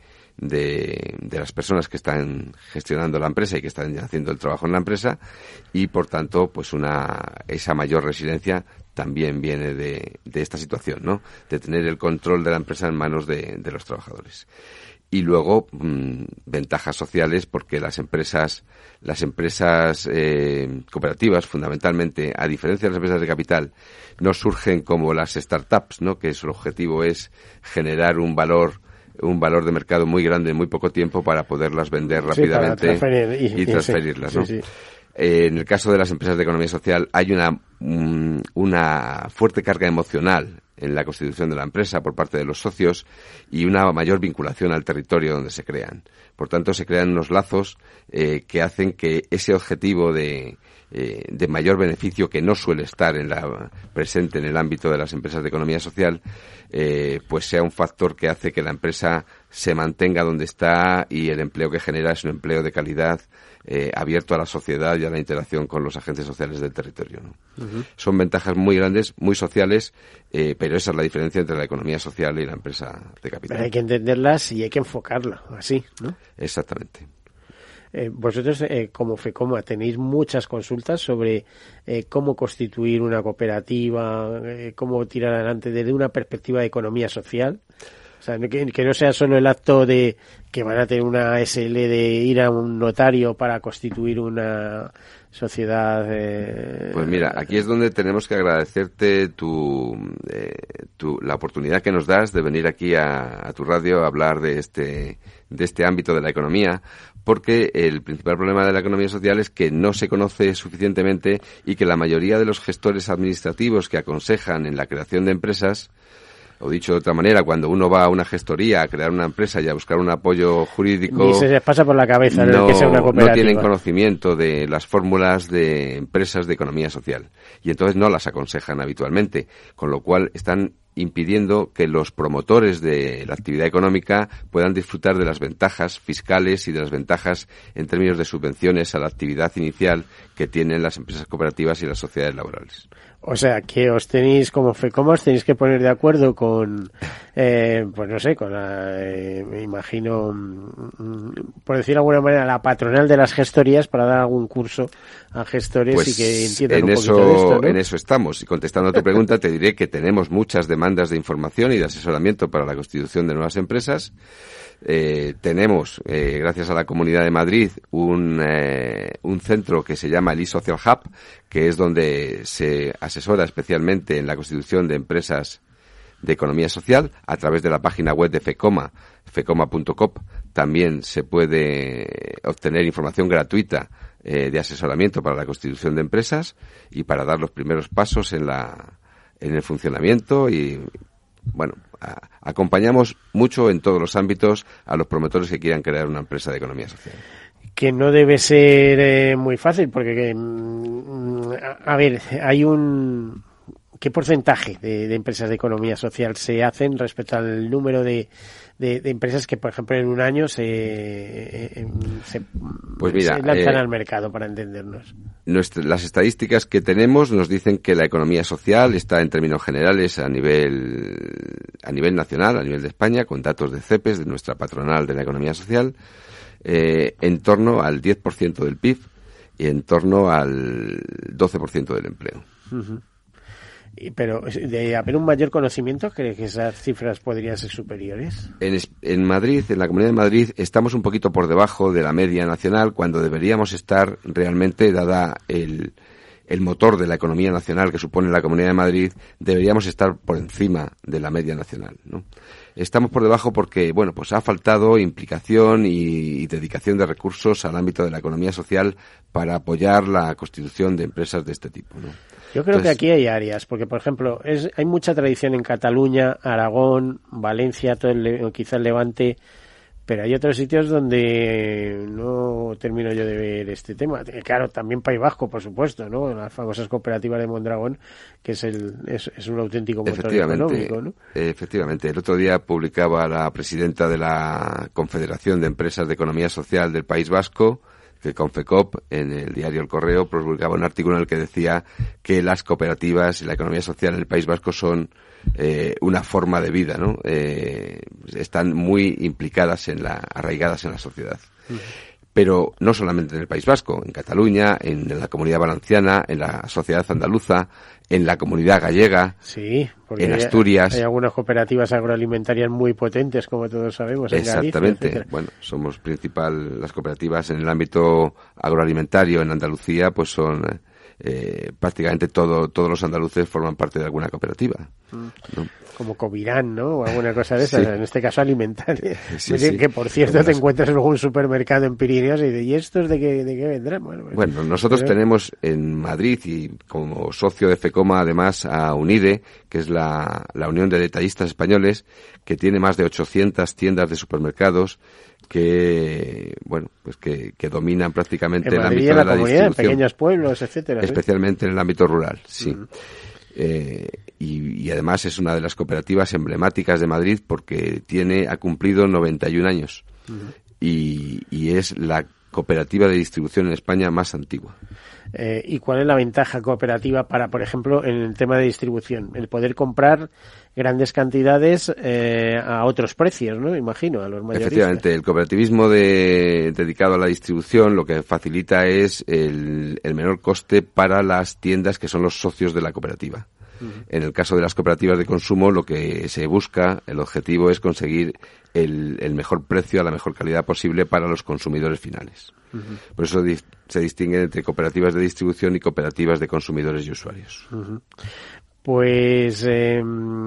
De, de las personas que están gestionando la empresa y que están haciendo el trabajo en la empresa, y por tanto pues una esa mayor resiliencia también viene de, de esta situación, ¿no? De tener el control de la empresa en manos de, de los trabajadores. Y luego mmm, ventajas sociales, porque las empresas las empresas eh, cooperativas, fundamentalmente, a diferencia de las empresas de capital, no surgen como las startups, ¿no? Que su objetivo es generar un valor un valor de mercado muy grande en muy poco tiempo para poderlas vender rápidamente, sí, transferir, y, y transferirlas, sí, ¿no? Sí, sí. Eh, en el caso de las empresas de economía social hay una, um, una fuerte carga emocional en la constitución de la empresa por parte de los socios y una mayor vinculación al territorio donde se crean. Por tanto, se crean unos lazos eh, que hacen que ese objetivo de, eh, de mayor beneficio, que no suele estar en la, presente en el ámbito de las empresas de economía social, eh, pues sea un factor que hace que la empresa se mantenga donde está y el empleo que genera es un empleo de calidad, eh, abierto a la sociedad y a la interacción con los agentes sociales del territorio, ¿no? Uh-huh. Son ventajas muy grandes, muy sociales, eh, pero esa es la diferencia entre la economía social y la empresa de capital. Pero hay que entenderlas y hay que enfocarla así, ¿no? Exactamente. Eh, vosotros, eh, como FECOMA, tenéis muchas consultas sobre eh, cómo constituir una cooperativa, eh, cómo tirar adelante desde una perspectiva de economía social. O sea, que, que no sea solo el acto de que van a tener una S L de ir a un notario para constituir una sociedad. Eh... Pues mira, aquí es donde tenemos que agradecerte tu, eh, tu la oportunidad que nos das de venir aquí a, a tu radio a hablar de este de este ámbito de la economía, porque el principal problema de la economía social es que no se conoce suficientemente y que la mayoría de los gestores administrativos que aconsejan en la creación de empresas, o dicho de otra manera, cuando uno va a una gestoría a crear una empresa y a buscar un apoyo jurídico, ni se les pasa por la cabeza no, que sea una cooperativa. No tienen conocimiento de las fórmulas de empresas de economía social y entonces no las aconsejan habitualmente, con lo cual están impidiendo que los promotores de la actividad económica puedan disfrutar de las ventajas fiscales y de las ventajas en términos de subvenciones a la actividad inicial que tienen las empresas cooperativas y las sociedades laborales. O sea, que os tenéis, como FECOMA, os tenéis que poner de acuerdo con, eh, pues no sé, con la, eh, me imagino, mm, por decir de alguna manera, la patronal de las gestorías para dar algún curso a gestores pues y que entiendan en un eso, poquito de esto, ¿no? En eso estamos. Y contestando a tu pregunta, te diré que tenemos muchas demandas de información y de asesoramiento para la constitución de nuevas empresas. Eh, tenemos, eh, gracias a la Comunidad de Madrid, un, eh, un centro que se llama el eSocial Hub, que es donde se asesora especialmente en la constitución de empresas de economía social. A través de la página web de FECOMA, fecoma punto com, también se puede obtener información gratuita eh, de asesoramiento para la constitución de empresas y para dar los primeros pasos en la en el funcionamiento y, bueno, a, acompañamos mucho en todos los ámbitos a los promotores que quieran crear una empresa de economía social. Que no debe ser eh, muy fácil, porque, que, mm, a, a ver, hay un... ¿Qué porcentaje de, de empresas de economía social se hacen respecto al número de, de, de empresas que, por ejemplo, en un año se, eh, se, pues mira, se lanzan eh, al mercado, para entendernos? Nuestra, las estadísticas que tenemos nos dicen que la economía social está en términos generales a nivel a nivel nacional, a nivel de España, con datos de CEPES, de nuestra patronal de la economía social, eh, en torno al diez por ciento del P I B y en torno al doce por ciento del empleo. Uh-huh. Pero de haber un mayor conocimiento, ¿cree que esas cifras podrían ser superiores? En, en Madrid, en la Comunidad de Madrid, estamos un poquito por debajo de la media nacional, cuando deberíamos estar realmente, dada el, el motor de la economía nacional que supone la Comunidad de Madrid, deberíamos estar por encima de la media nacional, ¿no? Estamos por debajo porque, bueno, pues ha faltado implicación y, y dedicación de recursos al ámbito de la economía social para apoyar la constitución de empresas de este tipo, ¿no? Yo creo Entonces, que aquí hay áreas, porque, por ejemplo, es, hay mucha tradición en Cataluña, Aragón, Valencia, todo el, quizá el Levante, pero hay otros sitios donde no termino yo de ver este tema. Claro, también País Vasco, por supuesto, ¿no? Las famosas cooperativas de Mondragón, que es el es, es un auténtico motor económico, ¿no? Efectivamente. El otro día publicaba la presidenta de la Confederación de Empresas de Economía Social del País Vasco, que Confecop, en el diario El Correo, publicaba un artículo en el que decía que las cooperativas y la economía social en el País Vasco son eh, una forma de vida, ¿no? Eh, están muy implicadas en la, arraigadas en la sociedad. Uh-huh. Pero no solamente en el País Vasco, en Cataluña, en la Comunidad Valenciana, en la sociedad andaluza, en la Comunidad Gallega, sí, porque en hay, Asturias. Hay algunas cooperativas agroalimentarias muy potentes, como todos sabemos, en Exactamente. Galicia, bueno, somos principal, las cooperativas en el ámbito agroalimentario en Andalucía, pues son eh, prácticamente todo, todos los andaluces forman parte de alguna cooperativa, ¿no? Como Covirán, ¿no? O alguna cosa de esas, sí. En este caso alimentaria. Sí, sí. Que, por cierto, Como te las... encuentras luego un supermercado en Pirineos y dices, ¿y estos de qué, de qué vendrán? Bueno, pues, bueno nosotros pero... tenemos en Madrid y como socio de FECOMA además a UNIDE, que es la, la Unión de Detallistas Españoles, que tiene más de ochocientas tiendas de supermercados que, bueno, pues que, que dominan prácticamente en el Madrid, ámbito en la de la comunidad, distribución. En pequeños pueblos, etcétera. Especialmente ¿sí? en el ámbito rural, sí. Uh-huh. Eh, y, y además es una de las cooperativas emblemáticas de Madrid porque tiene, ha cumplido noventa y un años. Uh-huh. y, y es la cooperativa de distribución en España más antigua. Eh, ¿Y cuál es la ventaja cooperativa para, por ejemplo, en el tema de distribución? El poder comprar grandes cantidades eh, a otros precios, ¿no? Imagino, a los mayoristas. Efectivamente, el cooperativismo de, dedicado a la distribución lo que facilita es el, el menor coste para las tiendas que son los socios de la cooperativa. Uh-huh. En el caso de las cooperativas de consumo, lo que se busca, el objetivo es conseguir el, el mejor precio a la mejor calidad posible para los consumidores finales. Uh-huh. Por eso di- se distinguen entre cooperativas de distribución y cooperativas de consumidores y usuarios. Uh-huh. Pues, eh,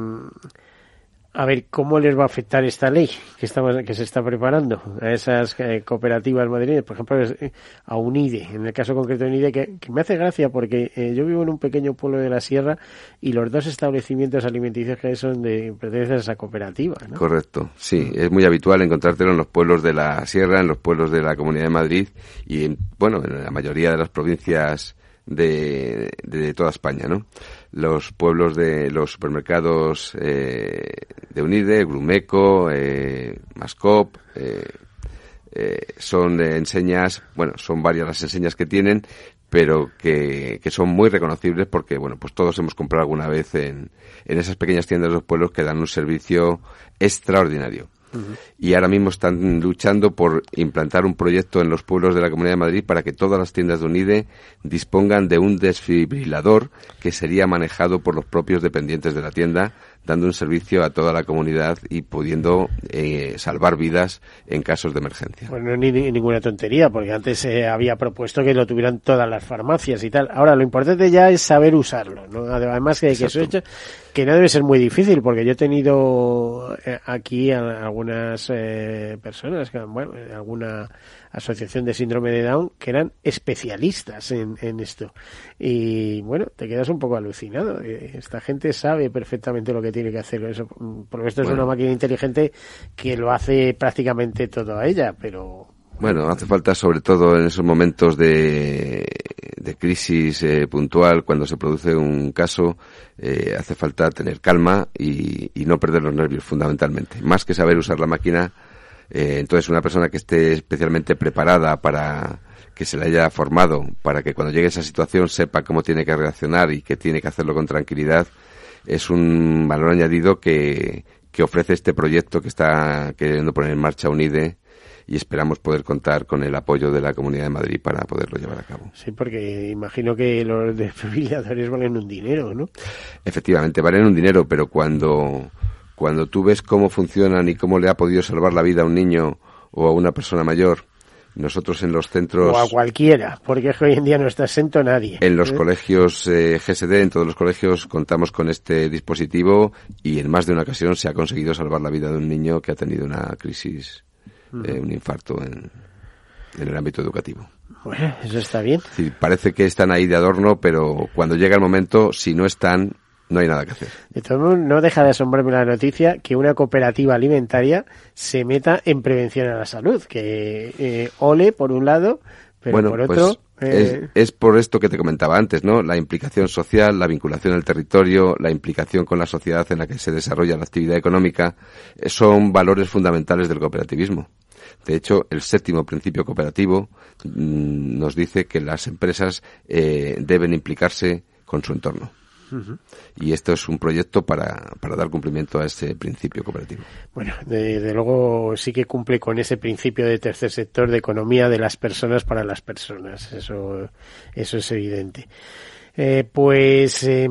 a ver, ¿cómo les va a afectar esta ley que estamos, que se está preparando a esas eh, cooperativas madrileñas? Por ejemplo, a UNIDE, en el caso concreto de UNIDE, que, que me hace gracia porque eh, yo vivo en un pequeño pueblo de la Sierra y los dos establecimientos alimenticios que hay son de pertenecen a esa cooperativa, ¿no? Correcto, sí, es muy habitual encontrártelo en los pueblos de la Sierra, en los pueblos de la Comunidad de Madrid y, en, bueno, en la mayoría de las provincias de, de toda España, ¿no? Los pueblos de los supermercados eh, de Unide, Grumeco, eh, Mascop, eh, eh, son eh, enseñas, bueno, son varias las enseñas que tienen, pero que, que son muy reconocibles porque, bueno, pues todos hemos comprado alguna vez en, en esas pequeñas tiendas de los pueblos que dan un servicio extraordinario. Uh-huh. Y ahora mismo están luchando por implantar un proyecto en los pueblos de la Comunidad de Madrid para que todas las tiendas de Unide dispongan de un desfibrilador que sería manejado por los propios dependientes de la tienda, dando un servicio a toda la comunidad y pudiendo eh, salvar vidas en casos de emergencia. Bueno, ni, ni ninguna tontería, porque antes se eh, había propuesto que lo tuvieran todas las farmacias y tal. Ahora, lo importante ya es saber usarlo, ¿no? Además que, que eso hecho, que no debe ser muy difícil, porque yo he tenido eh, aquí a, a algunas eh, personas, que, bueno, alguna asociación de síndrome de Down que eran especialistas en, en esto. Y bueno, te quedas un poco alucinado. Esta gente sabe perfectamente lo que tiene que hacer con eso, porque esto bueno. es una máquina inteligente que lo hace prácticamente todo a ella, pero... Bueno, hace falta sobre todo en esos momentos de, de crisis eh, puntual, cuando se produce un caso, eh, hace falta tener calma y, y no perder los nervios fundamentalmente. Más que saber usar la máquina, eh, entonces una persona que esté especialmente preparada para que se le haya formado, para que cuando llegue a esa situación sepa cómo tiene que reaccionar y que tiene que hacerlo con tranquilidad, es un valor añadido que, que ofrece este proyecto que está queriendo poner en marcha Unide, y esperamos poder contar con el apoyo de la Comunidad de Madrid para poderlo llevar a cabo. Sí, porque imagino que los desfibriladores valen un dinero, ¿no? Efectivamente, valen un dinero, pero cuando, cuando tú ves cómo funcionan y cómo le ha podido salvar la vida a un niño o a una persona mayor, nosotros en los centros... O a cualquiera, porque es que hoy en día no está exento nadie. En los ¿eh? colegios eh, G S D, en todos los colegios, contamos con este dispositivo y en más de una ocasión se ha conseguido salvar la vida de un niño que ha tenido una crisis... Eh, un infarto en, en el ámbito educativo. Bueno, eso está bien. Sí, parece que están ahí de adorno, pero cuando llega el momento, si no están, no hay nada que hacer. De todo modo, no deja de asombrarme la noticia que una cooperativa alimentaria se meta en prevención a la salud, que eh, ole por un lado, pero bueno, por otro... Pues... Eh... Es, es por esto que te comentaba antes, ¿no? La implicación social, la vinculación al territorio, la implicación con la sociedad en la que se desarrolla la actividad económica, eh, son valores fundamentales del cooperativismo. De hecho, el séptimo principio cooperativo mmm, nos dice que las empresas eh, deben implicarse con su entorno. Uh-huh. Y esto es un proyecto para, para dar cumplimiento a ese principio cooperativo. Bueno, de, de luego sí que cumple con ese principio de tercer sector, de economía de las personas para las personas. Eso, eso es evidente. Eh, pues... Eh,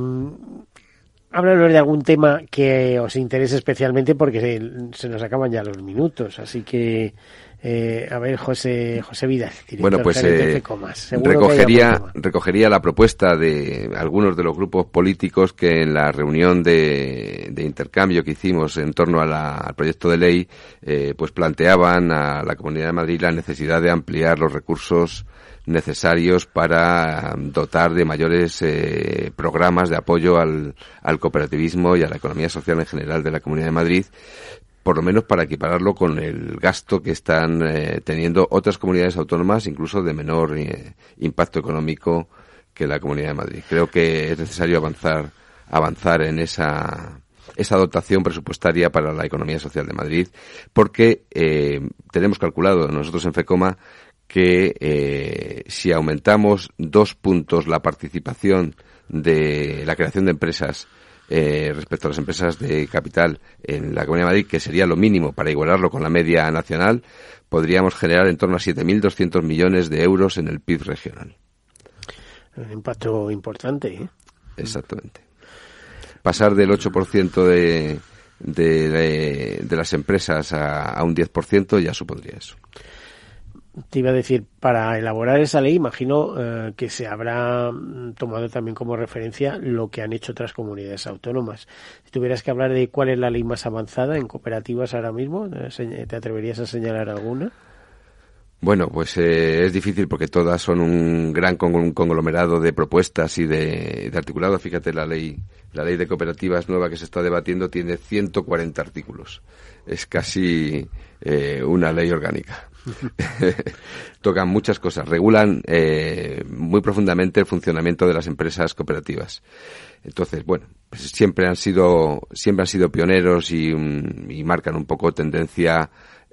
háblanos de algún tema que os interese especialmente porque se, se nos acaban ya los minutos, así que eh, a ver, José José Vidal, director bueno, pues, gerente eh, de FECOMAS. Recogería, recogería la propuesta de algunos de los grupos políticos que en la reunión de, de intercambio que hicimos en torno a la, al proyecto de ley, eh, pues planteaban a la Comunidad de Madrid la necesidad de ampliar los recursos necesarios para dotar de mayores eh, programas de apoyo al, al cooperativismo y a la economía social en general de la Comunidad de Madrid, por lo menos para equipararlo con el gasto que están eh, teniendo otras comunidades autónomas, incluso de menor eh, impacto económico que la Comunidad de Madrid. Creo que es necesario avanzar avanzar en esa esa dotación presupuestaria para la economía social de Madrid, porque eh, tenemos calculado nosotros en FECOMA que eh, si aumentamos dos puntos la participación de la creación de empresas eh, respecto a las empresas de capital en la Comunidad de Madrid, que sería lo mínimo para igualarlo con la media nacional, podríamos generar en torno a siete mil doscientos millones de euros en el P I B regional. Un impacto importante, ¿eh? Exactamente. Pasar del ocho por ciento de, de, de, de las empresas a, a un diez por ciento ya supondría eso. Te iba a decir, para elaborar esa ley, imagino eh, que se habrá tomado también como referencia lo que han hecho otras comunidades autónomas. Si tuvieras que hablar de cuál es la ley más avanzada en cooperativas ahora mismo, ¿te atreverías a señalar alguna? Bueno, pues eh, es difícil porque todas son un gran con- conglomerado de propuestas y de, de articulado. Fíjate, la ley la ley de cooperativas nueva que se está debatiendo tiene ciento cuarenta artículos. Es casi eh, una ley orgánica. Tocan muchas cosas, regulan eh, muy profundamente el funcionamiento de las empresas cooperativas. Entonces, bueno, pues siempre han sido siempre han sido pioneros y, um, y marcan un poco tendencia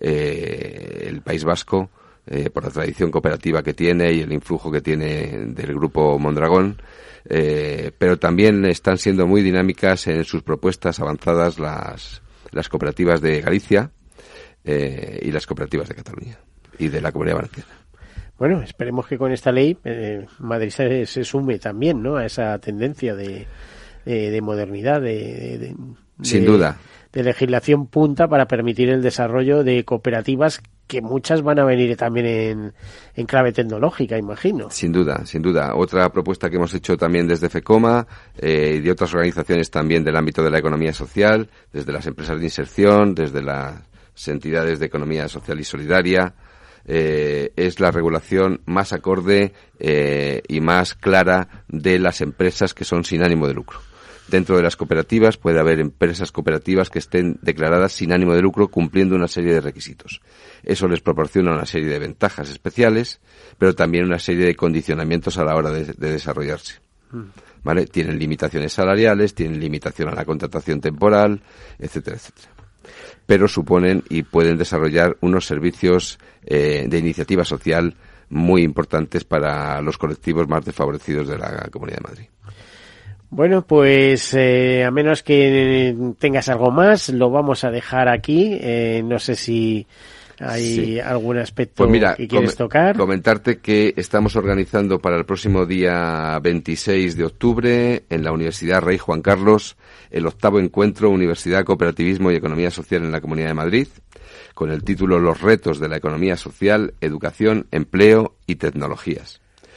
eh, el País Vasco eh, por la tradición cooperativa que tiene y el influjo que tiene del grupo Mondragón, eh, pero también están siendo muy dinámicas en sus propuestas avanzadas las las cooperativas de Galicia eh, y las cooperativas de Cataluña y de la Comunidad Valenciana. Bueno, esperemos que con esta ley eh, Madrid se, se sume también, ¿no?, a esa tendencia de, de, de modernidad, de, de, Sin de, duda. de legislación punta para permitir el desarrollo de cooperativas que muchas van a venir también en, en clave tecnológica, imagino. Sin duda, sin duda. Otra propuesta que hemos hecho también desde FECOMA eh, y de otras organizaciones también del ámbito de la economía social, desde las empresas de inserción, desde las entidades de economía social y solidaria, eh, es la regulación más acorde eh, y más clara de las empresas que son sin ánimo de lucro. Dentro de las cooperativas puede haber empresas cooperativas que estén declaradas sin ánimo de lucro cumpliendo una serie de requisitos. Eso les proporciona una serie de ventajas especiales, pero también una serie de condicionamientos a la hora de, de desarrollarse. ¿Vale? Tienen limitaciones salariales, tienen limitación a la contratación temporal, etcétera, etcétera. Pero suponen y pueden desarrollar unos servicios eh, de iniciativa social muy importantes para los colectivos más desfavorecidos de la Comunidad de Madrid. Bueno, pues eh, a menos que tengas algo más, lo vamos a dejar aquí. Eh, no sé si hay sí. algún aspecto pues mira, que quieres com- tocar. Comentarte que estamos organizando para el próximo día veintiséis de octubre en la Universidad Rey Juan Carlos el octavo encuentro Universidad, Cooperativismo y Economía Social en la Comunidad de Madrid, con el título Los retos de la economía social, educación, empleo y tecnologías.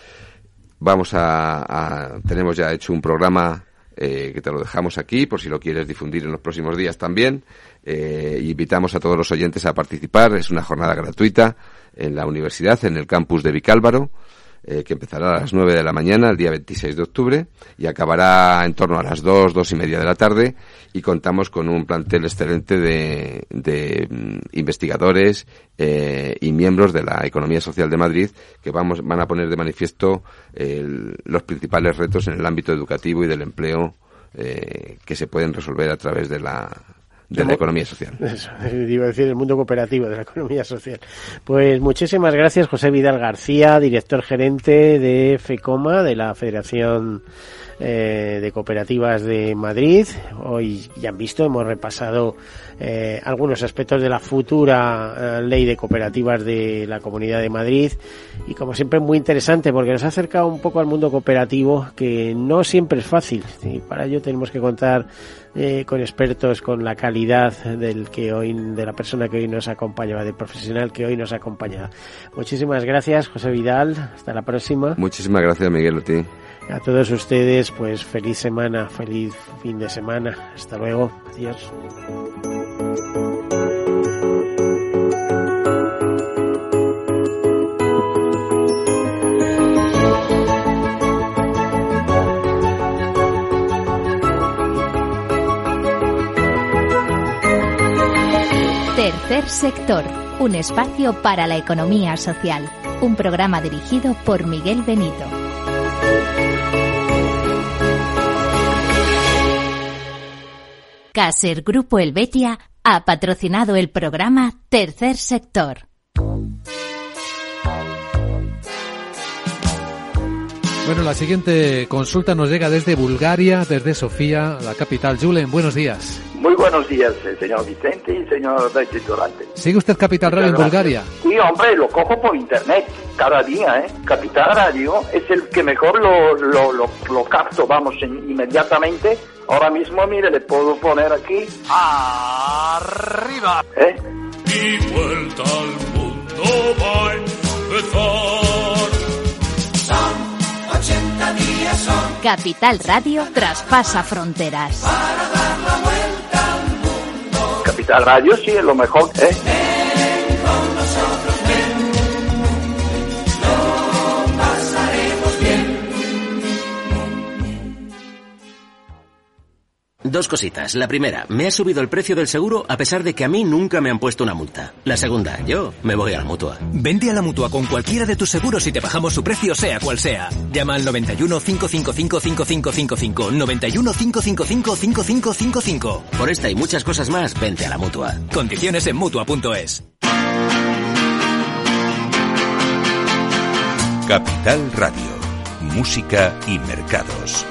Vamos a, a tenemos ya hecho un programa eh, que te lo dejamos aquí por si lo quieres difundir en los próximos días también. Eh, invitamos a todos los oyentes a participar. Es una jornada gratuita en la universidad, en el campus de Vicálvaro, eh, que empezará a las nueve de la mañana el día veintiséis de octubre y acabará en torno a las dos, dos y media de la tarde, y contamos con un plantel excelente de, de um, investigadores eh, y miembros de la economía social de Madrid que vamos van a poner de manifiesto el, los principales retos en el ámbito educativo y del empleo eh, que se pueden resolver a través de la de la economía social. Eso, iba a decir el mundo cooperativo de la economía social. Pues muchísimas gracias, José Vidal García, director gerente de FECOMA, de la Federación eh, de Cooperativas de Madrid. Hoy ya han visto, hemos repasado eh, algunos aspectos de la futura eh, ley de cooperativas de la Comunidad de Madrid, y como siempre muy interesante porque nos ha acercado un poco al mundo cooperativo, que no siempre es fácil, y para ello tenemos que contar Eh, con expertos, con la calidad del que hoy, de la persona que hoy nos acompaña, del profesional que hoy nos acompaña. Muchísimas gracias, José Vidal. Hasta la próxima. Muchísimas gracias, Miguel, a ti. A todos ustedes, pues feliz semana, feliz fin de semana. Hasta luego. Adiós. Tercer sector, un espacio para la economía social. Un programa dirigido por Miguel Benito. Caser Grupo Helvetia ha patrocinado el programa Tercer sector. Bueno, la siguiente consulta nos llega desde Bulgaria, desde Sofía, la capital. Julen, buenos días. Muy buenos días, señor Vicente y señor Durante. ¿Sigue usted Capital Radio en Bulgaria? Sí, hombre, lo cojo por internet cada día, ¿eh? Capital Radio es el que mejor lo, lo, lo, lo capto, vamos, en, inmediatamente. Ahora mismo, mire, le puedo poner aquí. ¡Arriba! ¿Eh? Y vuelta al mundo va a empezar. Son ochenta días, son. Capital Radio traspasa fronteras. Para dar la vuelta al mundo. Capital Radio sí es lo mejor, ¿eh? Ven con nosotros, ven. Dos cositas. La primera, me ha subido el precio del seguro a pesar de que a mí nunca me han puesto una multa. La segunda, yo me voy a la Mutua. Vente a la Mutua con cualquiera de tus seguros y te bajamos su precio sea cual sea. Llama al noventa y uno, cinco cinco cinco, cinco cinco cinco cinco, noventa y uno, cinco cinco cinco, cinco cinco cinco cinco. Por esta y muchas cosas más, vente a la Mutua. Condiciones en Mutua punto es. Capital Radio. Música y mercados.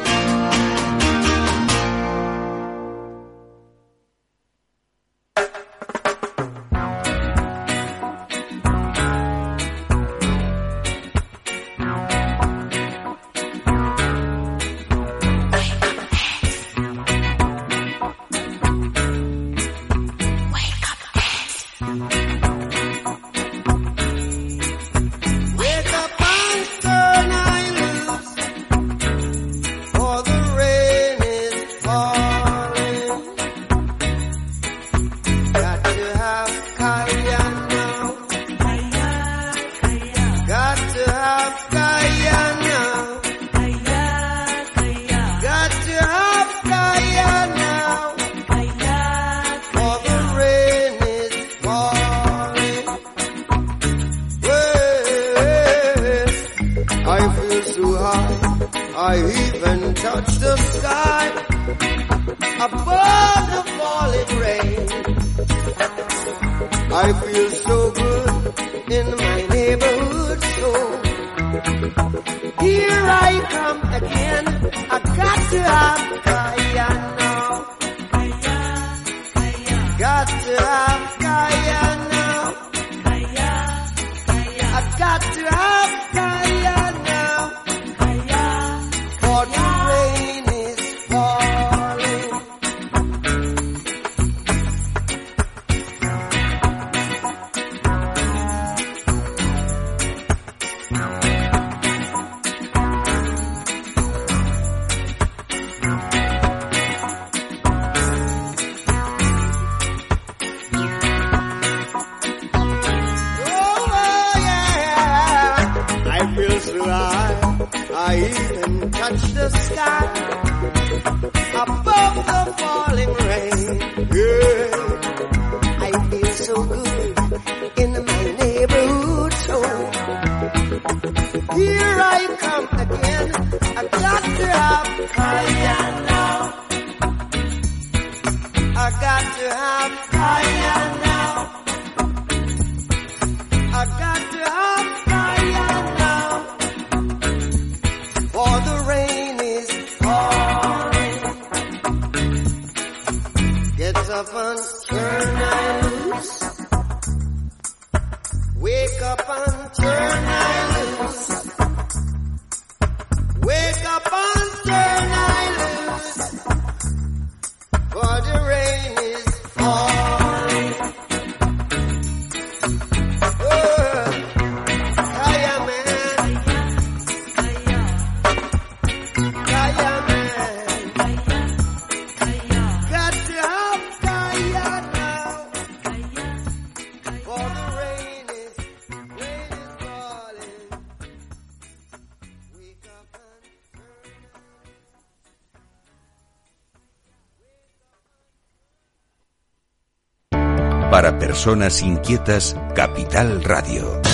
Para personas inquietas, Capital Radio.